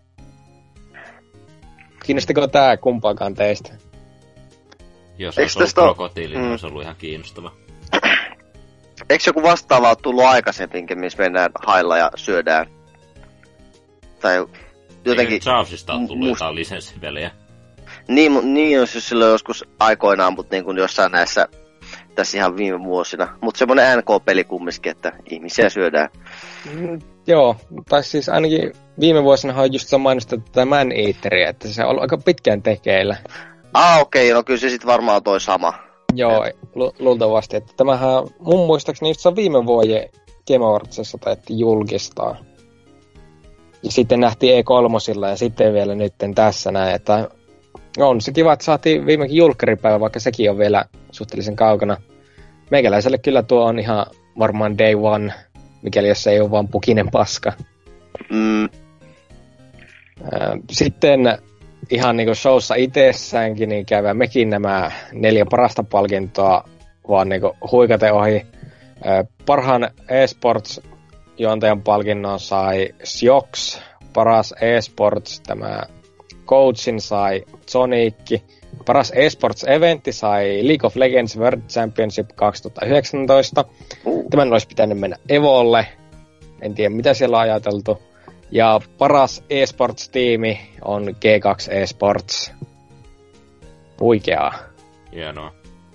Kiinnostiko tää kumpaakaan teistä? Jos olisi ollut krokotiili, niin olisi ollut ihan kiinnostava. Eikö joku vastaava ole tullut aikaisemminkin, missä mennään hailla ja syödään? Tai jotenkin... Eikö Charlesista on tullut jotain lisenssipeliä? Niin on siis silloin joskus aikoinaan, mutta niin kuin jossain näissä tässä ihan viime vuosina. Mutta semmoinen NK-peli kumminkin, että ihmisiä syödään. Joo, tai siis ainakin viime vuosina on just se mainostettu tätä Man Eateria, että se on ollut aika pitkään tekeillä. Okei, no kyllä se sitten varmaan on toi sama. Joo, luultavasti, että tämähän mun muistaakseni just se viime vuoden Game Awardsissa taidettiin julkistaa. Ja sitten nähtiin E3 ja sitten vielä nytten tässä näin, että on se kiva, että saatiin viimekin julkkaripäivä, vaikka sekin on vielä suhteellisen kaukana. meikäläiselle kyllä tuo on ihan varmaan day one, mikäli jos ei ole vaan pukinen paska. Sitten ihan niinku showssa itsessäänkin, niin käydään mekin nämä 4 parasta palkintoa vaan niinku huikate ohi. Parhaan eSports-juontajan palkinnon sai Siox, paras eSports, tämä coachin sai Sonic, paras eSports-eventti sai League of Legends World Championship 2019. Tämän olisi pitänyt mennä Evolle, en tiedä mitä siellä on ajateltu. Ja paras eSports-tiimi on G2 eSports. Huikeaa. Hienoa.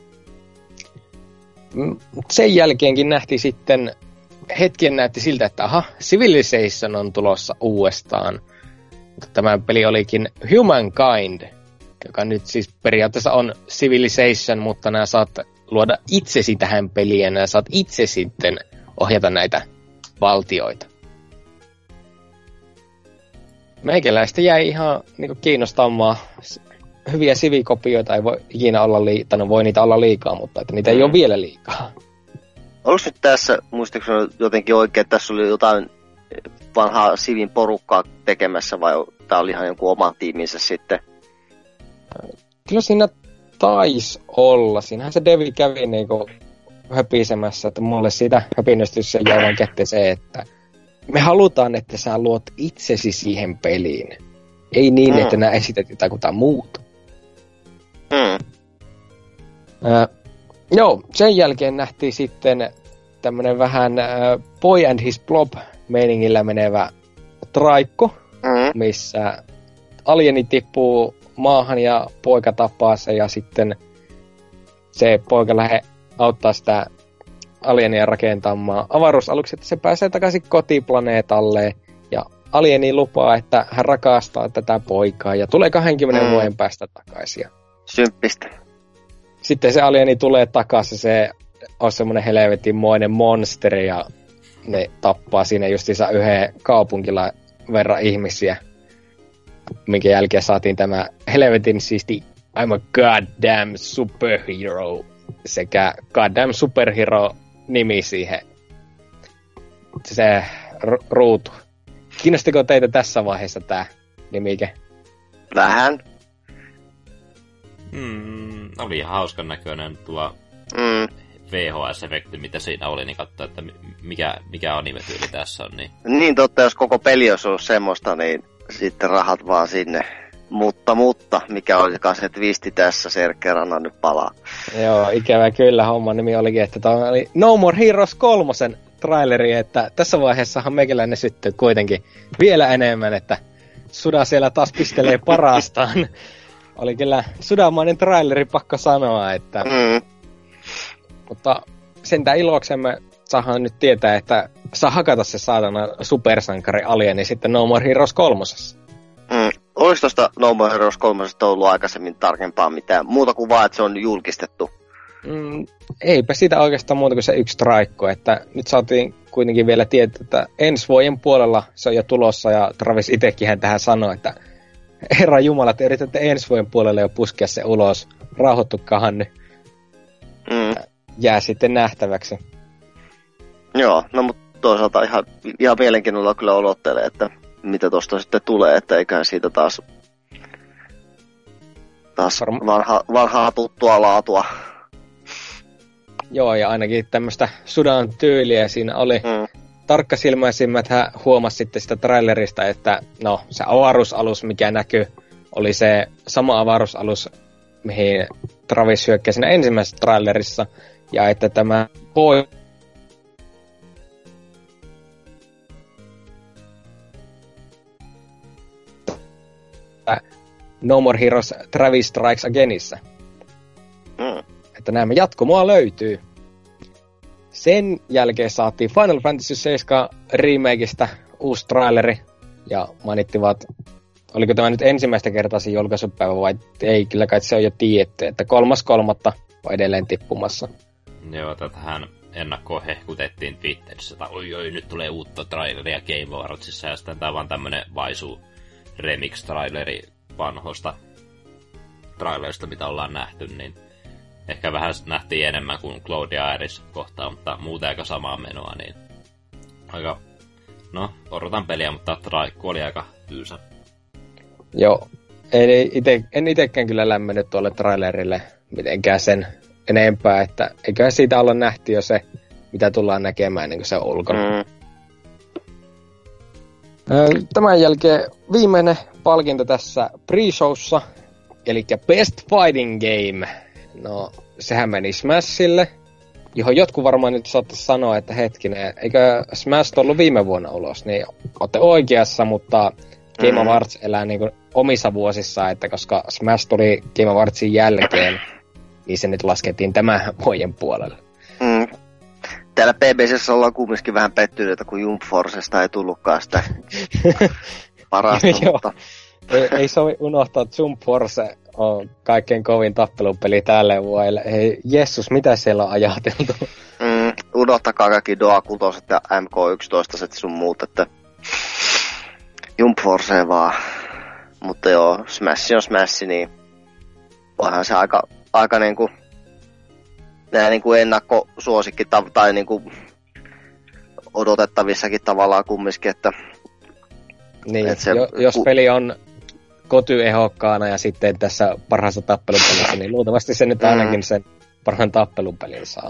Sen jälkeenkin nähtiin sitten, hetken näytti siltä, että aha, Civilization on tulossa uudestaan. Tämä peli olikin Humankind, joka nyt siis periaatteessa on Civilization, mutta nää saat luoda itsesi tähän peliin ja nää saat itse sitten ohjata näitä valtioita. Meikäläistä jäi ihan niin kiinnostamaan. Hyviä sivikopioita ei voi ikinä olla voi niitä olla liikaa, mutta että niitä ei ole vielä liikaa. Oliko nyt tässä, muistaakseni jotenkin oikein, että tässä oli jotain vanhaa Sivin porukkaa tekemässä, vai tämä oli ihan jonkun oman tiiminsä sitten? Kyllä siinä taisi olla. Siinähän se Devi kävi niinku höpisemässä, että mulle siitä höpinöstyssä jäi vaan kätteen se, että me halutaan, että sä luot itsesi siihen peliin. Ei niin, että nää esität jotain muuta. Joo, sen jälkeen nähtiin sitten tämmönen vähän Boy and His Blob meiningillä menevä traikko, missä alieni tippuu maahan ja poika tappaa se ja sitten se poika lähde auttaa sitä alienia rakentamaan avaruusalukset, että se pääsee takaisin kotiplaneetalle ja alieni lupaa, että hän rakastaa tätä poikaa ja tulee 20 vuoden päästä takaisin. Symppistä. Sitten se alieni tulee takaisin, se on semmoinen helvetinmoinen monsteri ja ne tappaa siinä justiinsa yhden kaupunkilla verran ihmisiä, minkä jälkeen saatiin tämä helvetin siisti I'm a goddamn superhero sekä goddamn superhero nimi siihen se ruutu. Kiinnostiko teitä tässä vaiheessa tää nimike? Vähän. Oli ihan hauskan näköinen tuo VHS-efekti, mitä siinä oli, niin katsoa, että mikä animetyyli tässä on. Niin totta, jos koko peli olisi ollut semmoista, niin sitten rahat vaan sinne. Mutta, mikä olikaan se twisti tässä, Serkkeranna nyt palaa. Joo, ikävä kyllä, homman nimi olikin, että tämä oli No More Heroes 3 traileri, että tässä vaiheessahan meikäläinen syttyy kuitenkin vielä enemmän, että Suda siellä taas pistelee parastaan. Oli kyllä sudamainen traileri, pakko sanoa, että mutta sentään iloksemme saadaan nyt tietää, että saa hakata se saatana supersankari alieni sitten No More Heroes 3. Olis tosta No More Heroes 3 ollut aikaisemmin tarkempaa mitään muuta kuin vaan, että se on julkistettu? Eipä siitä oikeastaan muuta kuin se yksi traikko, että nyt saatiin kuitenkin vielä tietää, että ensi vuoden puolella se on jo tulossa ja Travis itekin tähän sanoi, että herra jumala, te yritätte ensi vuoden puolelle jo puskea se ulos, rauhoittukahan nyt. Jää sitten nähtäväksi. Joo, no mutta toisaalta ihan mielenkiinnolla kyllä odottelee, että mitä tosta sitten tulee, että eiköhän siitä taas vanhaa tuttua laatua. Joo, ja ainakin tämmöistä Sudan tyyliä siinä oli. Tarkkasilmäisimmät hän huomasi sitten sitä trailerista, että no se avaruusalus, mikä näkyy, oli se sama avaruusalus, mihin Travis hyökkäsi siinä ensimmäisessä trailerissa, ja että tämä No More Heroes Travis Strikes Againissa. Että näemme jatkumoa löytyy. Sen jälkeen saatiin Final Fantasy 7 remakeista uusi traileri ja mainittivat, oliko tämä nyt ensimmäistä kertaa se julkaisupäivä vai ei, kyllä kai se on jo tiedetty, että 3.3. on edelleen tippumassa. Joo, tätähän ennakkoon hehkutettiin Twitterissä, että oi, nyt tulee uutta traileria Game Awardsissa ja sitten tämä on vaan tämmönen vaisu remix-traileri vanhoista trailerista, mitä ollaan nähty, niin ehkä vähän nähtiin enemmän kuin Claudia Airis kohtaa, mutta muuten aika samaa menoa, niin aika, no, odotan peliä, mutta traikku oli aika tylsä. Joo, en itekään kyllä lämmennyt tuolle trailerille mitenkään sen enempää, että eiköhän siitä olla nähty jo se, mitä tullaan näkemään niin kuin se ulkona. Tämän jälkeen viimeinen palkinto tässä pre-showssa, eli Best Fighting Game. No, sehän meni Smashille, johon jotkut varmaan nyt saattaisi sanoa, että hetkinen, eikö Smash ollut viime vuonna ulos, niin olette oikeassa, mutta Game Awards elää niin kuin omissa vuosissaan, että koska Smash tuli Game Awardsin jälkeen, niin se nyt laskettiin tämän vuoden puolelle. Täällä PBC:ssä ollaan kumminkin vähän pettyneitä, kun Jump Forcesta ei tullutkaan sitä parasta, mutta... ei sovi unohtaa, että Jump Force on kaikkein kovin tappelupeli tälle vuodelle. Ei, Jessus, mitä siellä on ajateltu? Unohtakaa kaikki Doa 6 ja MK11 sun muut, että Jump Force vaan. Mutta joo, Smash on Smash, niin onhan se aika niinku... Nää niinku ennakkosuosikki tai niinku odotettavissakin tavallaan kumminkin, että... Niin, et se, jos peli on kotyehokkaana ja sitten tässä parhaassa tappelupelissä, niin luultavasti se nyt ainakin sen parhaan tappelupelin saa.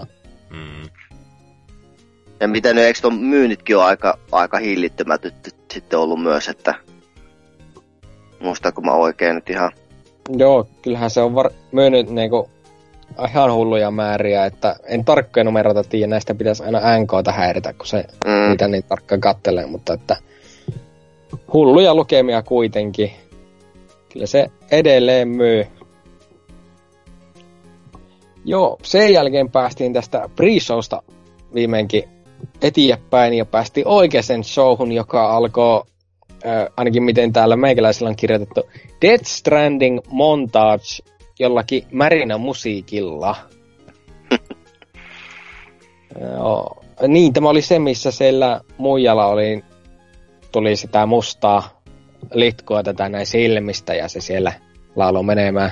Ja mitä nyt, eikö tuon myynnitkin ole aika hillittömät sitten ollut myös, että... Muistaako mä oikein nyt ihan... Joo, kyllähän se on myynyt niinku... ihan hulluja määriä, että en tarkkoja numeroita tiedä, näistä pitäisi aina NK:ta häiritä, kun se niitä niin tarkkaan kattelee, mutta että hulluja lukemia kuitenkin. Kyllä se edelleen myy. Joo, sen jälkeen päästiin tästä pre-showsta viimeinkin eteenpäin ja päästiin oikeaan showhun, joka alkoi, ainakin miten täällä meikäläisellä on kirjoitettu, Death Stranding Montage jollakin märinä musiikilla. Joo. Niin, tämä oli se, missä siellä muijalla tuli sitä mustaa litkua tätä näin silmistä ja se siellä lauloi menemään.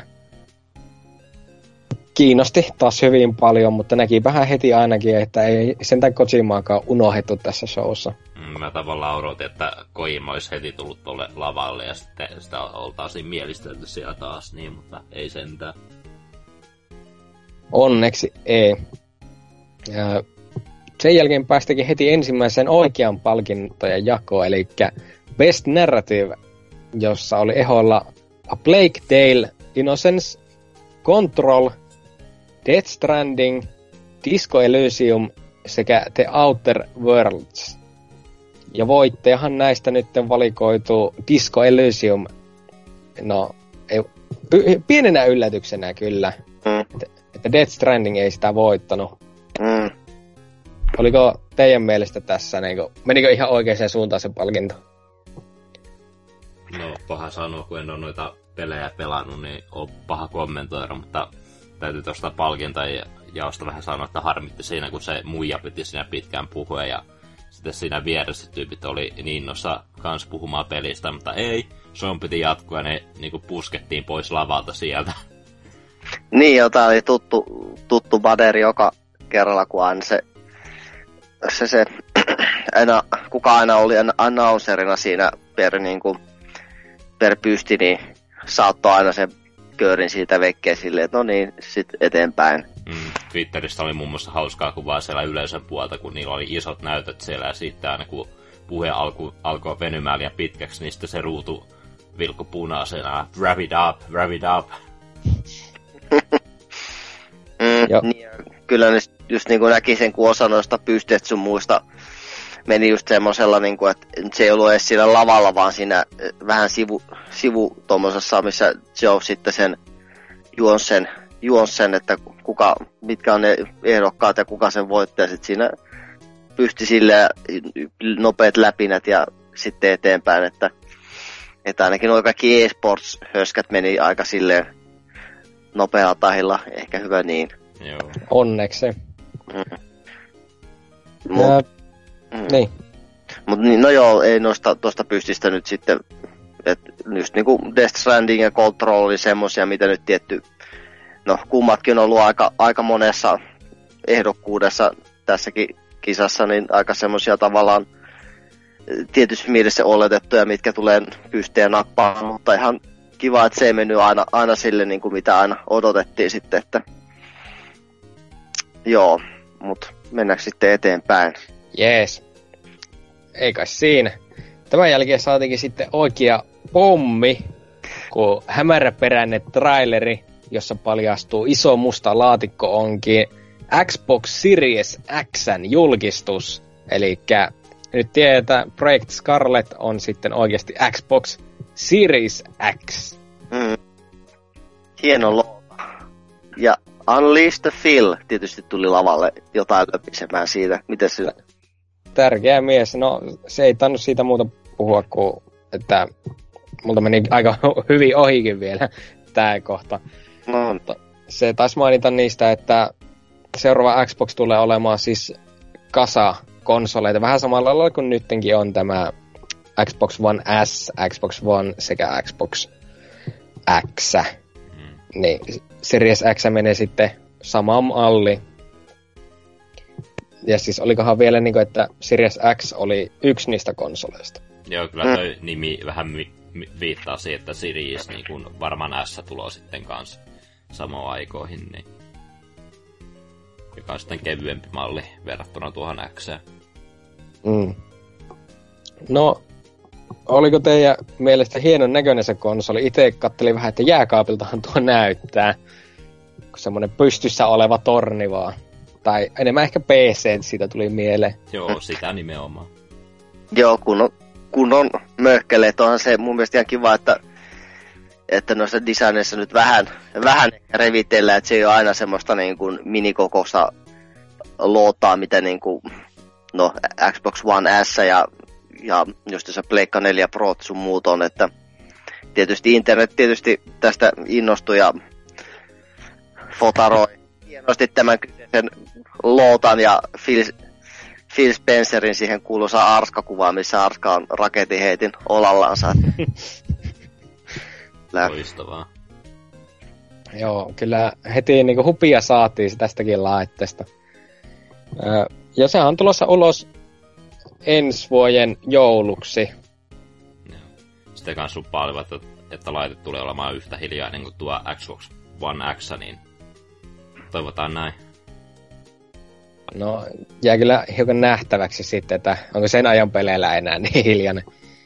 Kiinnosti taas hyvin paljon, mutta näki vähän heti ainakin, että ei sentään Kojimaakaan unohdettu tässä showssa. Mä tavallaan odotin, että Kojima olisi heti tullut tuolle lavalle ja sitten sitä oltaisiin mielistelty siellä taas, niin, mutta ei sentään. Onneksi ei. Ja sen jälkeen päästikin heti ensimmäisen oikean palkintojen jakoon, eli Best Narrative, jossa oli eholla A Plague Tale, Innocence, Control, Death Stranding, Disco Elysium sekä The Outer Worlds. Ja voittajahan näistä nyt valikoituu Disco Elysium. No, pienenä yllätyksenä kyllä. Että Death Stranding ei sitä voittanut. Oliko teidän mielestä tässä, menikö ihan oikeaan suuntaan se palkinto? No, paha sanoa, kun en ole noita pelejä pelannut, niin on paha kommentoida, mutta täytyy tuosta palkintajaosta vähän sanoa, että harmitti siinä, kun se muija piti siinä pitkään puhua ja sitten siinä vieressä tyypit oli niin innossa kans puhumaan pelistä, mutta ei, Sean piti jatkua ja ne niinku puskettiin pois lavalta sieltä. Niin jo, tää oli tuttu baderi joka kerralla, kun aina se kuka aina oli announcerina siinä per pysti, niin saattoi aina sen köörin siitä vekkeen silleen, että no niin, sit eteenpäin. Twitteristä oli muun muassa hauskaa kuvaa siellä yleisön puolta, kun niillä oli isot näytöt siellä ja sitten aina kun puhe alkoi venymään liian pitkäksi, niin sitten se ruutu vilkku punaisena, wrap it up. Niin, kyllä ne just niin kuin näki sen, kun osa noista pysteet sun muista meni just semmosella, niin kuin, että se ei ollut edes siinä lavalla, vaan siinä vähän sivu tommosessa, missä Joe sitten sen juon sen, että mitkä on ne ehdokkaat ja kuka sen voitti. Ja sitten siinä pystyi silleen nopeat läpinät ja sitten eteenpäin, että ainakin nuo kaikki e-sports-höskät meni aika silleen nopealla tahilla, ehkä hyvä niin. Joo. Onneksi. Niin. Mut niin, no joo, ei tosta pystistä nyt sitten, että just niinku Death Stranding ja Control oli semmosia, mitä nyt tietty no kummatkin on ollut aika monessa ehdokkuudessa tässäkin kisassa, niin aika semmoisia tavallaan tietysti mielessä oletettuja, mitkä tulee pystyä nappaamaan, mutta ihan kiva, että se ei mennyt aina sille, niin kuin mitä aina odotettiin sitten, että joo, mutta mennäänkö sitten eteenpäin? Jees. Ei kai siinä. Tämän jälkeen saatiinkin sitten oikea pommi, kun hämäräperäinen traileri, jossa paljastuu iso musta laatikko onkin Xbox Series X:n julkistus. Elikkä nyt tiedetään, Project Scarlet on sitten oikeasti Xbox Series X. Hieno loota. Ja Unleash the Phil tietysti tuli lavalle jotain löpisemään siitä. Miten se? Tärkeä mies. No, se ei tainnut siitä muuta puhua, kuin että multa meni aika hyvin ohikin vielä tää kohta. No. Mutta se taisi mainita niistä, että seuraava Xbox tulee olemaan siis kasa konsoleita. Vähän samalla lailla kuin nyttenkin on tämä Xbox One S, Xbox One sekä Xbox X. Niin Series X menee sitten samaan malliin. Ja siis olikohan vielä niin kuin, että Series X oli yksi niistä konsoleista. Joo, kyllä toi nimi vähän viittaa siihen, että Series niin kun varmaan S tulee sitten kanssa samoin aikoihin, niin joka on sitten kevyempi malli verrattuna tuohon X:ään. No, oliko teidän mielestä hienon näköinen se konsoli? Itse kattelin vähän, että jääkaapiltahan tuo näyttää. Kun semmonen pystyssä oleva torni vaan. Tai enemmän ehkä PC, siitä tuli mieleen. Joo, sitä nimenomaan. Joo, kun on möhkeleet, onhan se mun mielestä ihan kiva, että noissa designeissa nyt vähän revitellään, että se ei ole aina semmoista niin kuin minikokoista lootaa, mitä niin kuin, no, Xbox One S ja just se Pleikka 4 Pro sun muut on, että tietysti internet tästä innostui ja fotaroi hienosti tämän kyseisen lootan ja Phil Spencerin siihen kuuluisa Arska-kuvaan, missä Arska on raketin heitin olallansa. Loistavaa. Joo, kyllä heti niinku hupia saatiin tästäkin laitteesta. Ja sehän on tulossa ulos ensi vuoden jouluksi. Joo. Sitten kans lupailivat, että laite tulee olemaan yhtä hiljainen kuin tuo Xbox One X, niin toivotaan näin. No, jää kyllä hiukan nähtäväksi sitten, että onko sen ajan peleillä enää niin hiljainen.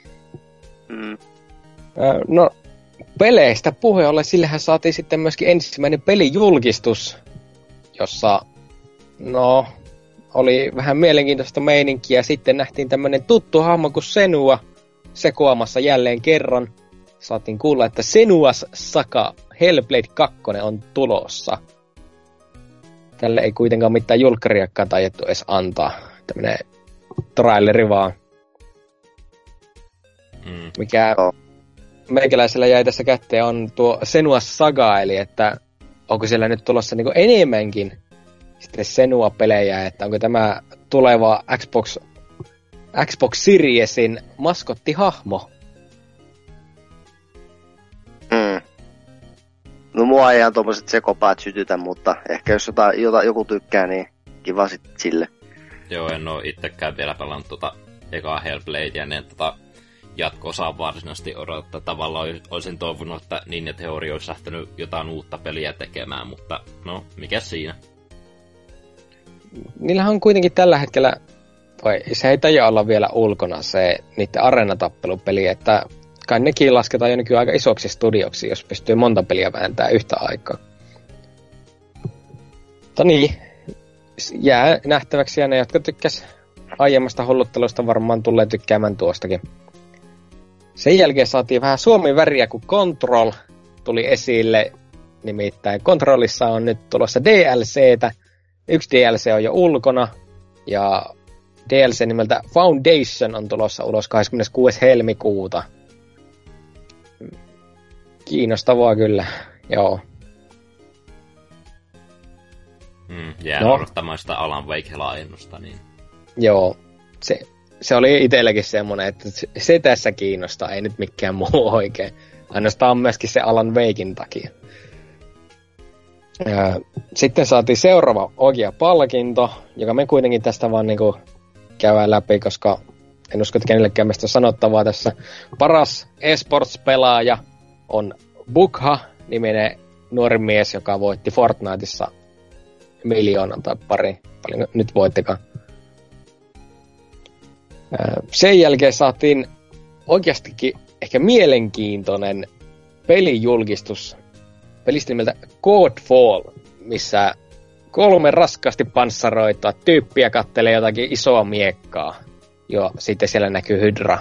No, peleistä puhe ollen, sillähän saatiin sitten myöskin ensimmäinen pelijulkistus, jossa, no, oli vähän mielenkiintoista meininkiä. Sitten nähtiin tämmönen tuttu hahmo kuin Senua sekoamassa jälleen kerran. Saatiin kuulla, että Senua's Saga Hellblade 2 on tulossa. Tälle ei kuitenkaan mitään julkkariakaan taidettu edes antaa. Tämmönen traileri vaan. Mikä meikäläisellä jäi tässä kätteen on tuo Senua's Saga, eli että onko siellä nyt tulossa niinku enemmänkin sitten Senua-pelejä, että onko tämä tuleva Xbox Seriesin maskottihahmo? No mua ei ihan tommoset sekopäät sytytä, mutta ehkä jos joku tykkää, niin kiva sit sille. Joo, en oo itsekään vielä pelannut ekaa Hellbladea, niin jatko-osaa varsinaisesti odottaa. Tavallaan olisin toivonut, että Ninja Theory olisi lähtenyt jotain uutta peliä tekemään, mutta no, mikä siinä? Niillähän on kuitenkin tällä hetkellä, vai se ei taida olla vielä ulkona se niiden areenatappelupeli, että kai nekin lasketaan jo nykyään aika isoksi studioksi, jos pystyy monta peliä vääntämään yhtä aikaa. Mutta niin, jää nähtäväksi ja ne, jotka tykkäs aiemmasta hulluttelusta, varmaan tulee tykkäämään tuostakin. Sen jälkeen saatiin vähän Suomi-väriä, kun Control tuli esille. Nimittäin Controlissa on nyt tulossa DLCtä. Yksi DLC on jo ulkona. Ja DLC nimeltä Foundation on tulossa ulos 26. helmikuuta. Kiinnostavaa kyllä, joo. Jää odottamaan sitä Alan Wake-laajennusta, niin. Joo, se oli itselläkin semmonen, että se tässä kiinnostaa, ei nyt mikään muu oikein. Ainoastaan myöskin se Alan Waken takia. Sitten saatiin seuraava oikea palkinto, joka me kuitenkin tästä vaan niinku käydään läpi, koska en usko, että kenellekään meistä on sanottavaa tässä. Paras esports-pelaaja on Bugha-niminen nuori mies, joka voitti Fortniteissa 1 000 000 tai pari. Paljon nyt voittikaan. Sen jälkeen saatiin oikeastikin ehkä mielenkiintoinen pelijulkistus pelistä nimeltä Godfall, missä 3 raskaasti panssaroitua tyyppiä kattelee jotakin isoa miekkaa. Joo, sitten siellä näkyy Hydra.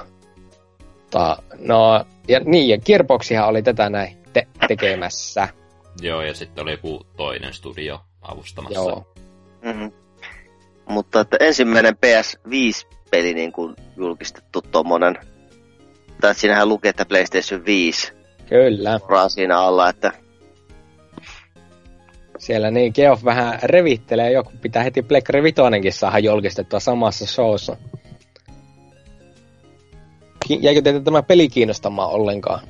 Ja Gearboxihan oli tätä näin tekemässä. Joo, ja sitten oli joku toinen studio avustamassa. Joo. Mm-hmm. Mutta että ensimmäinen PS5-peli niin kuin julkistettu tommonen. Tai siinähän lukee, että PlayStation 5. Kyllä. Siinä alla, että siellä niin Geoff vähän revittelee, joku pitää heti Plekkari Vitoinenkin saada julkistettua samassa showssa. Jäikö teitä tämä peli kiinnostamaan ollenkaan?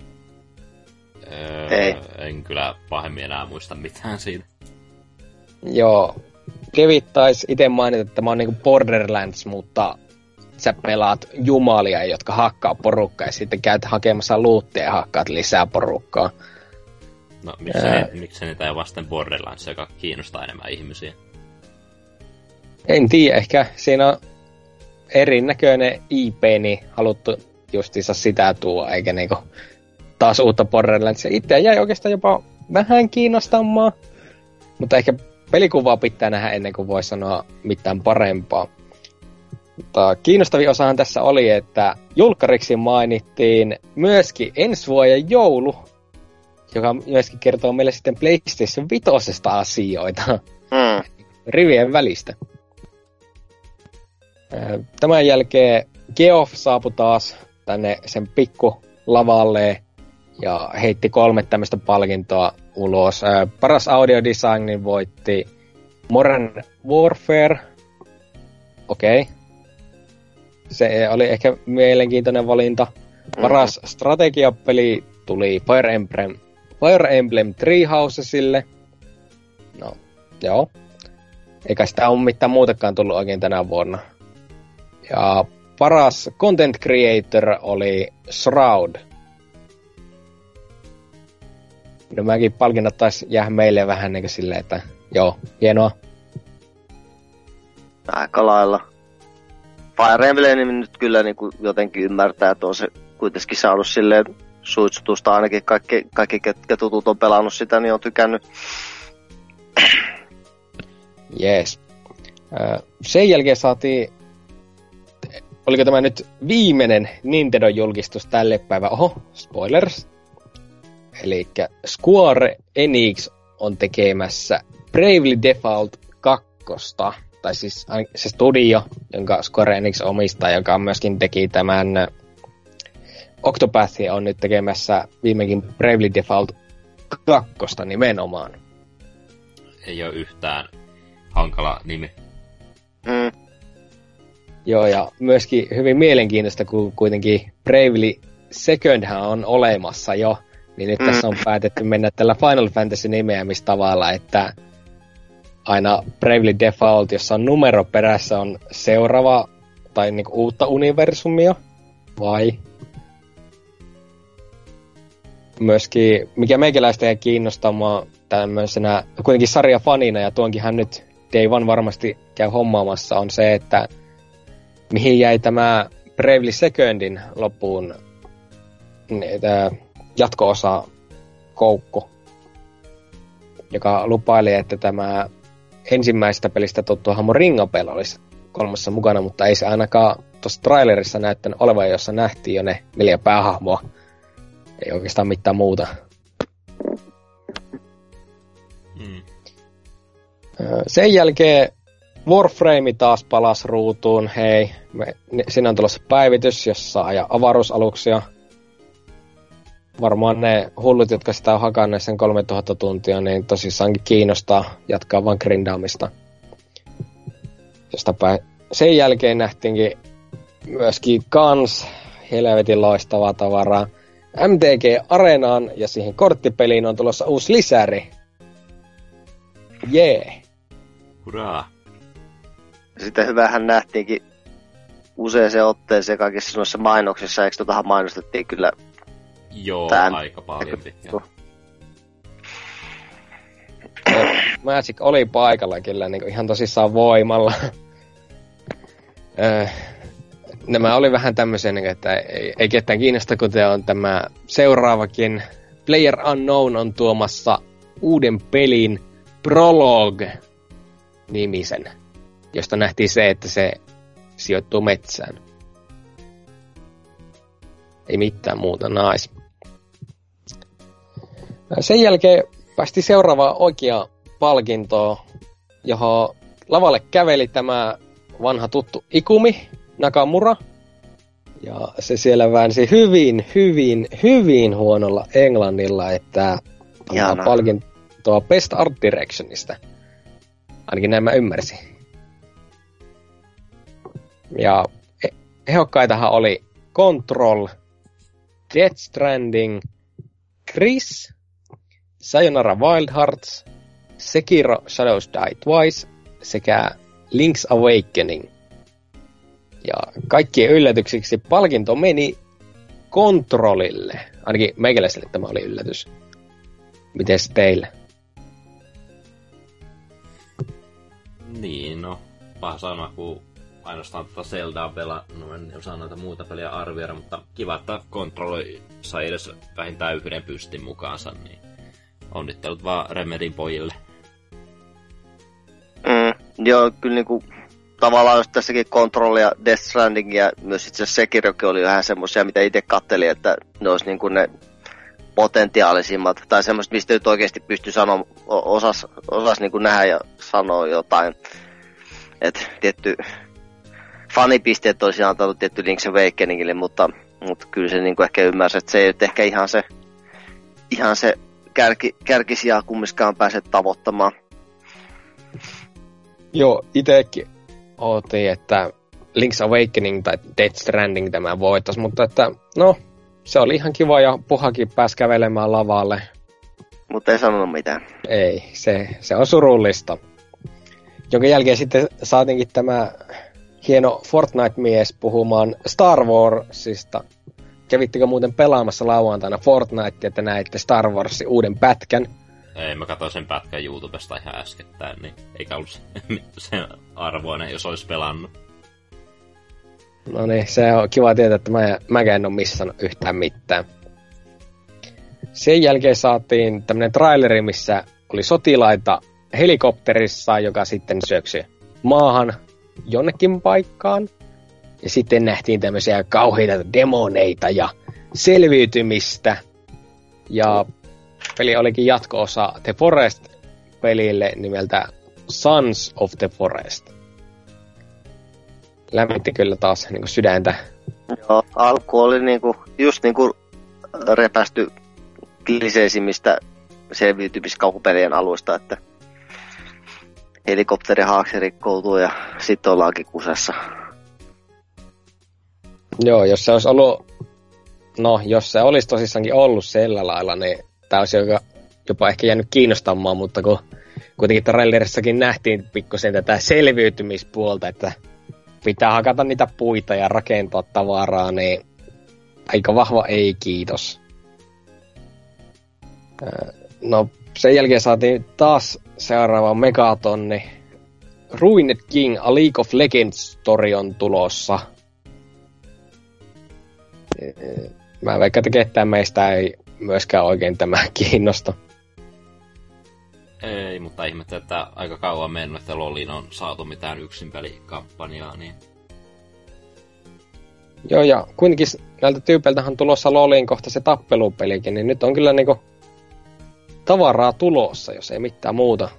Ei. En kyllä pahemmin enää muista mitään siitä. Joo. Kevit taisi itse mainita, että tämä on niinku Borderlands, mutta sä pelaat jumalia, jotka hakkaa porukkaa ja sitten käyt hakemassa loottia ja hakkaat lisää porukkaa. No, miksei niitä ei vasten Borderlands, joka kiinnostaa enemmän ihmisiä? En tiedä, ehkä siinä on erinäköinen IP, niin haluttu justiinsa sitä tuoda, eikä niinku taas uutta Borderlandsia. Itseä jäi oikeastaan jopa vähän kiinnostamaan, mutta ehkä pelikuvaa pitää nähdä ennen kuin voi sanoa mitään parempaa. Mutta kiinnostavin osahan tässä oli, että julkkariksi mainittiin myöskin ensi vuoden joulu, joka myöskin kertoo meille sitten PlayStation 5 asioita rivien välistä. Tämän jälkeen Geoff saapui taas tänne sen pikku lavalle ja heitti 3 tämmöistä palkintoa ulos. Paras audiodesignin voitti Modern Warfare. Okei. Se oli ehkä mielenkiintoinen valinta. Paras strategiapeli tuli Fire Emblem Three Housesille. No, joo. Eikä sitä ole mitään muutakaan tullut oikein tänä vuonna. Ja paras content creator oli Shroud. No mäkin palkinnot taisi jää meille vähän niin kuin silleen, että joo, hienoa. Aika lailla. Fire Emblem nyt kyllä niin kuin jotenkin ymmärtää, että on se kuitenkin saanut silleen suitsutusta. Ainakin kaikki ketkä tutut on pelannut sitä, niin on tykännyt. Jees. Sen jälkeen saatiin, oliko tämä nyt viimeinen Nintendo-julkistus tälle päivä? Oho, spoilers. Elikkä Square Enix on tekemässä Bravely Default 2. Tai siis se studio, jonka Square Enix omistaa, joka myöskin teki tämän Octopathia, on nyt tekemässä viimekin Bravely Default 2 nimenomaan. Ei ole yhtään hankala nimi. Joo, ja myöskin hyvin mielenkiintoista, kun kuitenkin Bravely Secondhän on olemassa jo, niin nyt tässä on päätetty mennä tällä Final Fantasy-nimeämistavalla, että aina Bravely Default, jossa on numero perässä, on seuraava tai niinku uutta universumia, vai? Myöskin, mikä meikäläistä jäi kiinnostamaan tämmöisenä kuitenkin sarjafanina, ja tuonkinhan nyt Day One varmasti käy hommaamassa, on se, että mihin jäi tämä Bravely Secondin loppuun jatko-osa koukku, joka lupaili, että tämä ensimmäisestä pelistä tuttu hahmo Ringapel olisi 3 mukana, mutta ei se ainakaan tuossa trailerissa näyttänyt olevan, jossa nähtiin jo ne 4 päähahmoa. Ei oikeastaan mitään muuta. Sen jälkeen Warframe taas palasi ruutuun. Hei, siinä on tulossa päivitys, jossa ajaa avaruusaluksia. Varmaan ne hullut, jotka sitä on hakanneet sen 3000 tuntia, niin tosissaankin kiinnostaa jatkaa vaan grindaamista. Sen jälkeen nähtiinkin myöskin kans helvetin loistavaa tavaraa. MTG Arenaan ja siihen korttipeliin on tulossa uusi lisäri. Jee. Hurraa. Sitten hyvähän nähtiinkin useaseen otteeseen kaikissa noissa mainoksissa, eikö totahan mainostettiin kyllä? Joo, aika paljon. Magic oli paikalla kyllä niin ihan tosissaan voimalla. Nämä oli vähän tämmöisiä, että ei ketään kiinnosta, kuten on tämä seuraavakin. PlayerUnknown on tuomassa uuden pelin Prologue-nimisen, josta nähtiin se, että se sijoittuu metsään. Ei mitään muuta, nice. Sen jälkeen päästi seuraavaan oikea palkintoa, johon lavalle käveli tämä vanha tuttu Ikumi Nakamura. Ja se siellä väänsi hyvin huonolla englannilla, että antaa palkintoa Best Art Directionista. Ainakin näin mä ymmärsin. Ja ehokkaitahan oli Control, Death Stranding, Chris, Sayonara Wild Hearts, Sekiro Shadows Die Twice sekä Link's Awakening. Ja kaikkien yllätyksiksi palkinto meni Controlille. Ainakin meikäläiselle tämä oli yllätys. Mites teille? Niin, no. Paha sanoa, kun ainoastaan Zeldaa pelannut, en osaa noita muuta peliä arvioida, mutta kiva, että Control sai edes vähintään yhden pystin mukaansa, niin onnittelut vaan Remedin pojille. Joo, kyllä niinku tavallaan jos tässäkin Control ja Death Stranding ja myös itse asiassa Sekirokin oli vähän semmosia, mitä itse kattelin, että ne olisi niinku ne potentiaalisimmat, tai semmoista, mistä nyt oikeesti pystyy sanoa, osas niinku nähdä ja sanoa jotain. Että tietty fanipisteet olisi antanut tietty Link's Awakeningille, mutta kyllä se niinku ehkä ymmärsi, että se ei nyt ehkä ihan se kärkisijaa kummiskaan pääse tavoittamaan. Joo, itekin ootin, että Link's Awakening tai Death Stranding tämä voittaisi, mutta että no, se oli ihan kiva ja Puhakin pääsi kävelemään lavalle. Mutta ei sanonut mitään. Ei, se on surullista. Jonka jälkeen sitten saatiinkin tämä hieno Fortnite-mies puhumaan Star Warsista. Kävittekö muuten pelaamassa lauantaina Fortnite, että näitte Star Warsin uuden pätkän? Ei, mä katsoin sen pätkän YouTubesta ihan äskettäin, niin eikä ollut sen arvoinen, jos olisi pelannut. No niin, se on kiva tietää, että mäkään en ole missannut yhtään mitään. Sen jälkeen saatiin tämmönen traileri, missä oli sotilaita helikopterissa, joka sitten syöksyi maahan jonnekin paikkaan. Ja sitten nähtiin tämmöisiä kauheita demoneita ja selviytymistä. Ja peli olikin jatko-osa The Forest-pelille nimeltä Sons of the Forest. Lämmitti kyllä taas niin kuin sydäntä. Joo, alku oli just repästy kliseisimmistä selviytymiskaupupelien alusta, että helikopterihaaksi rikkoutuu ja sitten ollaankin kusessa. Joo, jos se olisi ollut, jos se olisi tosissaankin ollut sillä lailla, niin tämä olisi jopa ehkä jäänyt kiinnostamaan, mutta kun kuitenkin trailerissakin nähtiin pikkusen tätä selviytymispuolta, että pitää hakata niitä puita ja rakentaa tavaraa, niin aika vahva ei kiitos. No, sen jälkeen saatiin taas seuraava megatonni. Ruined King, A League of Legends story on tulossa. Mä vaikka ketään meistä ei myöskään oikein tämä kiinnosta. Ei, mutta ihmettä, että aika kauan mennyt, että LoLin on saatu mitään yksinpelikampanjaa, niin... Joo, ja kuitenkin näiltä tyypeiltähän on tulossa LoLin kohta se tappelupelikin, niin nyt on kyllä niinku tavaraa tulossa, jos ei mitään muuta.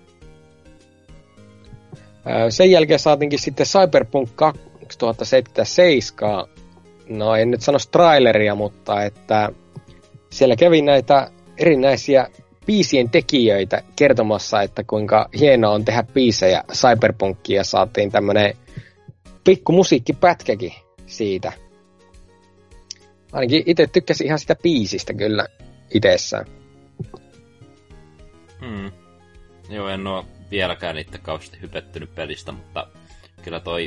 Sen jälkeen saatiinkin sitten Cyberpunk 2077. No en nyt sano traileria, mutta että siellä kävi näitä erinäisiä biisien tekijöitä kertomassa, että kuinka hienoa on tehdä biisejä Cyberpunkia, ja saatiin tämmönen pikku musiikkipätkäkin siitä. Ainakin itse tykkäsin ihan sitä biisistä kyllä itsessään. Joo, en oo vieläkään itse kauheasti hypettynyt pelistä, mutta kyllä toi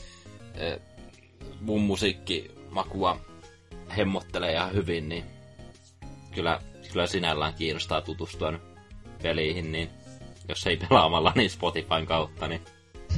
mun musiikkimakua hemmottelee ihan hyvin, niin kyllä sinällään kiinnostaa tutustua nyt peliihin, niin jos ei pelaamalla, niin Spotifyn kautta, niin...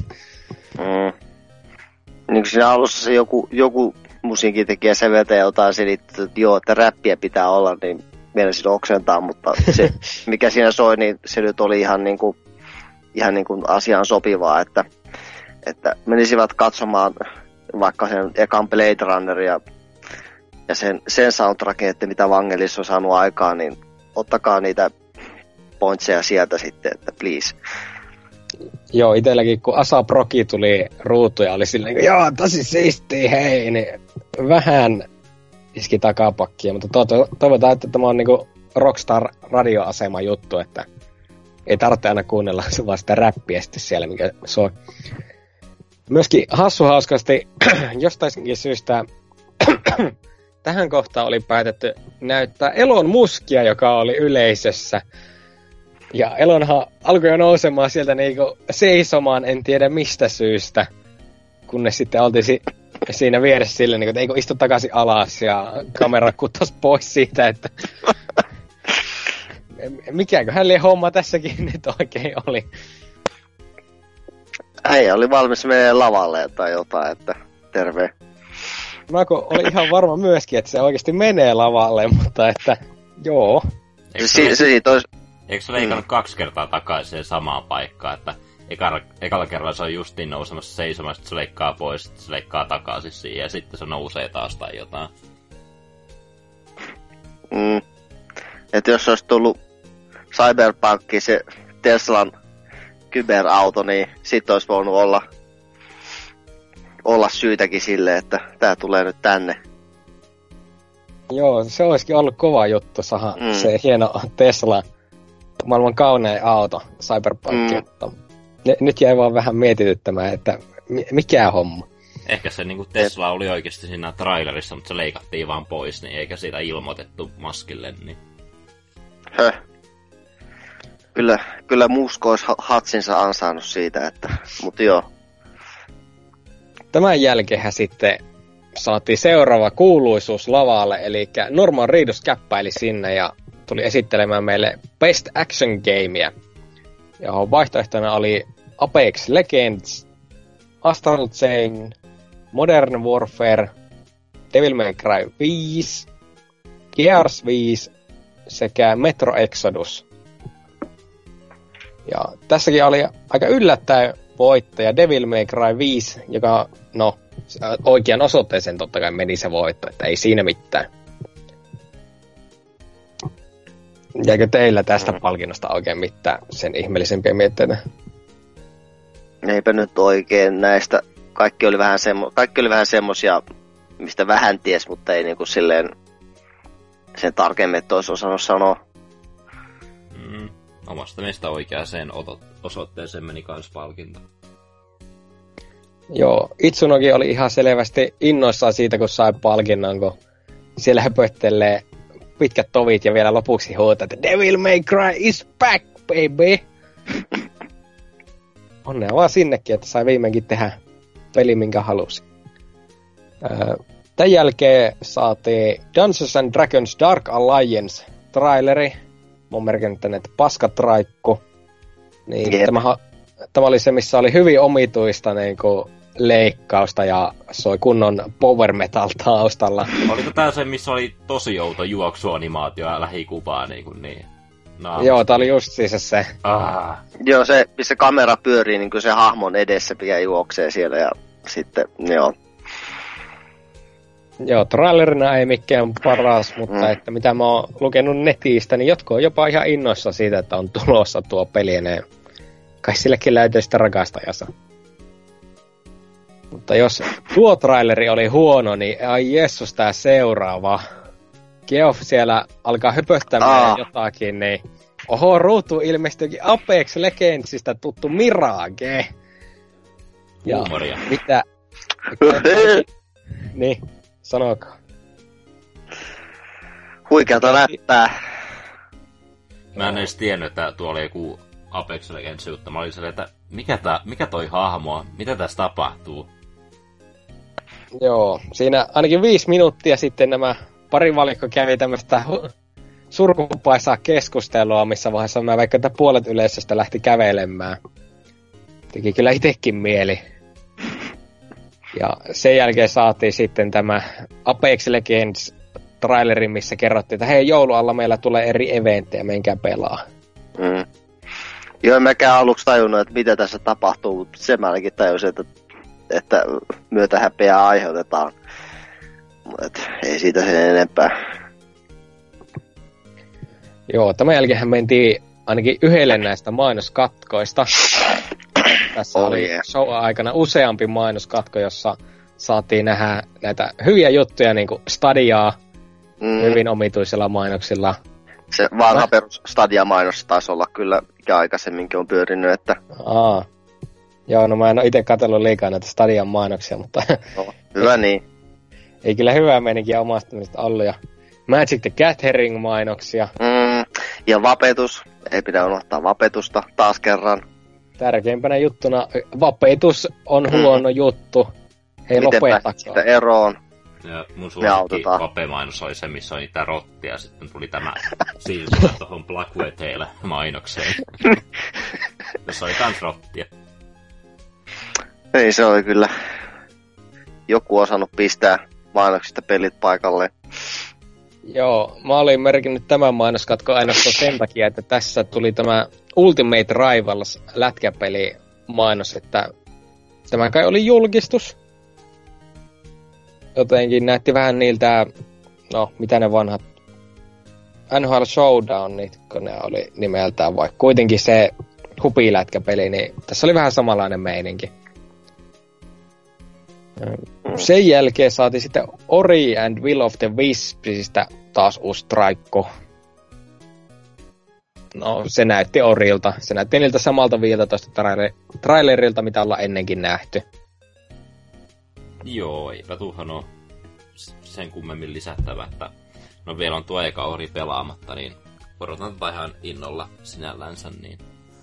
Niin kuin siinä alussa se joku musiikintekijä säveltäjä jotain selittää, että joo, että räppiä pitää olla, niin mielestäni oksentaa, mutta se, mikä siinä soi, niin se nyt oli ihan niin kuin asiaan sopivaa, että menisivät katsomaan vaikka sen ekan Blade Runneria ja sen soundtrackin, että mitä Vangelis on saanut aikaan, niin ottakaa niitä pointseja sieltä sitten, että please. Joo, itselläkin kun Asap Rocky tuli ruutuun ja oli silleen, joo, tosi siistiä, hei, niin vähän iski takapakkia, mutta toivotaan, että tämä on niinku Rockstar-radioasema juttu, että ei tarvitse aina kuunnella vaan sitä räppiä sitten siellä, mikä soi. Myöskin hauskasti jostain syystä tähän kohtaan oli päätetty näyttää Elon Muskia, joka oli yleisössä. Ja Elonhan alkoi jo nousemaan sieltä niinku seisomaan, en tiedä mistä syystä, kunnes sitten oltiin siinä vieressä silleen, niinku, että eikö istu takaisin alas ja kamera kutos pois siitä, että mikäköhän liian homma tässäkin nyt oikein oli. Äijä oli valmis menee lavalle tai jotain, että terve. Mä olin ihan varma myöskin, että se oikeasti menee lavalle, mutta että joo. Eikö se leikannut 2 kertaa takaisin samaan paikkaan, että ekalla kerralla se on justiin nousemassa seisomaan, sitten se leikkaa pois, sitten se leikkaa takaisin siihen ja sitten se nousee taas tai jotain. Että jos olisi tullut Cyberpunkki, se Teslan kyberauto, niin sit olisi voinut olla syytäkin sille, että tää tulee nyt tänne. Joo, se olisikin ollut kova juttu saada se hieno Tesla, maailman kaunein auto, Cyberpunk. Nyt jäi vaan vähän mietityttämään, että mikä homma. Ehkä se niinku Tesla oli oikeasti siinä trailerissa, mutta se leikattiin vaan pois, niin eikä siitä ilmoitettu Muskille. Niin. Kyllä Musk olisi hatsinsa ansainnut siitä, mutta joo. Tämän jälkeenhän sitten saatiin seuraava kuuluisuus lavalle, eli Norman Reedus käppäili sinne ja tuli esittelemään meille Best Action Gamea, johon vaihtoehtona oli Apex Legends, Astral Chain, Modern Warfare, Devil May Cry 5, Gears 5 sekä Metro Exodus. Ja tässäkin oli aika yllättäen voittaja Devil May Cry 5, joka oikean osoitteeseen totta kai meni se voitto, että ei siinä mitään. Jäikö teillä tästä palkinnosta oikein mitään sen ihmeellisempiä mietteitä? Eipä nyt oikein näistä. Kaikki oli vähän semmosia, mistä vähän ties, mutta ei niinku silleen sen tarkemmin, että olisi osannut sanoa. Omasta meistä oikeaan osoitteeseen meni kans palkinto. Joo, Itsunoki oli ihan selvästi innoissaan siitä, kun sai palkinnon, kun siellä höpöttelee pitkät tovit ja vielä lopuksi huutaa, että Devil May Cry is back, baby! Onnea vaan sinnekin, että sai viimeinkin tehdä peli, minkä halusi. Tämän jälkeen saatiin Dungeons and Dragons Dark Alliance traileri. Mä oon merkinnyt tänne, että paskatraikku. Niin, tämä oli se, missä oli hyvin omituista niin kuin leikkausta ja soi kunnon power metal taustalla. Oliko tää se, missä oli tosi outo juoksuanimaatio ja lähikuvaa niin? Joo, tää oli just siis se. Joo, se, missä kamera pyörii niin kuin se hahmon edessä, mikä juoksee siellä ja sitten, joo. Joo, trailerina ei mikään paras, mutta että mitä mä oon lukenut netistä, niin jotkut on jopa ihan innoissa siitä, että on tulossa tuo peli, ja ne kai sillekin löytyy sitä rakastajansa. Mutta jos tuo traileri oli huono, niin ai jessus tää seuraava. Geoff siellä alkaa höpöttämään jotakin, niin oho, ruutuun ilmestyikin Apex Legendsista tuttu Mirage. Ja huumoria. Mitä? Niin, sanokaa. Huikeata näyttää. Mä en edes tiennyt, että tuo oli joku Apex Legends juttu. Mä olin silleen, että mikä toi hahmo, mitä tässä tapahtuu? Joo, siinä ainakin 5 minuuttia sitten nämä pari valikko kävi tämmöistä surkupaisaa keskustelua, missä vaiheessa mä vaikka että puolet yleisöstä lähti kävelemään. Teki kyllä itekin mieli. Ja sen jälkeen saatiin sitten tämä Apex Legends traileri, missä kerrottiin, että hei, joulualla meillä tulee eri eventtejä, menkää pelaa. Joo, en mäkään aluksi tajunnut, että mitä tässä tapahtuu, mutta sen mä ainakin tajusin, että myötähäpeää aiheutetaan. Et ei siitä sen enempää. Joo, tämän jälkeen mentiin ainakin yhdelle näistä mainoskatkoista. Tässä oli show-aikana useampi mainoskatko, jossa saatiin nähdä näitä hyviä juttuja, niin kuin Stadiaa, hyvin omituisilla mainoksilla. Se vanha perus Stadia-mainos taisi olla kyllä, mikä aikaisemminkin on pyörinyt, että... Joo, no mä en ole itse katsellut liikaa näitä Stadian mainoksia, mutta... No, hyvä niin. Ei kyllä hyvää meininkiä omasta ollut, ja Magic the Gathering-mainoksia. Ja vapetus. Ei pidä unohtaa vapetusta taas kerran. Tärkeimpänä juttuna, vapetus on huono juttu. Hei, miten lopetakaan. Sitä eroon? Ja mun suosikki vape-mainos oli se, missä on niitä rottia, ja sitten tuli tämä silmä tohon Blackweteille mainokseen. Jossa oli kans rottia. Ei, se oli kyllä joku osannut pistää mainoksista pelit paikalle. Joo, mä olin merkinnyt tämän mainoskatko ainoastaan sen takia, että tässä tuli tämä Ultimate Rivals lätkäpeli mainos, että tämä kai oli julkistus. Jotenkin näytti vähän niiltä, no mitä ne vanhat NHL Showdownit, kun ne oli nimeltään, vaikka kuitenkin se hupilätkäpeli, niin tässä oli vähän samanlainen meininki. Sen jälkeen saatiin sitten Ori and Will of the Wispsistä taas uusi traikko. No, se näytti Orilta. Se näytti niiltä samalta 15 trailerilta, mitä ollaan ennenkin nähty. Joo, eipä tuohon ole sen kummemmin lisättävä, että no vielä on tuo eka Ori pelaamatta, niin odotan tätä ihan innolla sinällänsä, niin...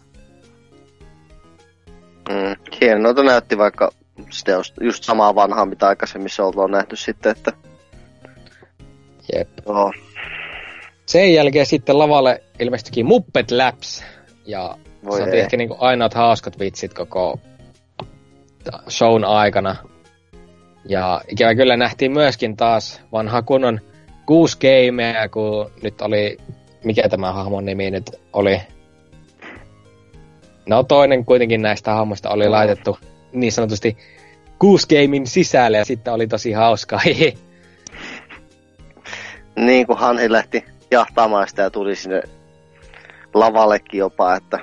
Hienolta näytti, vaikka sitten just samaa vanhaa, mitä aikaisemmissa ollaan nähty sitten, että... Jep. Sen jälkeen sitten lavalle ilmestyikin Muppet Labs, ja se on ehkä niinku ainoat hauskat vitsit koko shown aikana. Ja ikävä kyllä nähtiin myöskin taas vanha kunnon Goose Gameä, kun nyt oli... Mikä tämä hahmon nimi nyt oli? No toinen kuitenkin näistä hahmoista oli laitettu niin sanotusti Goose Gamein sisälle, ja sitten oli tosi hauskaa. Niin, kun Hanhi lähti jahtaamaan sitä ja tuli sinne lavallekin jopa, että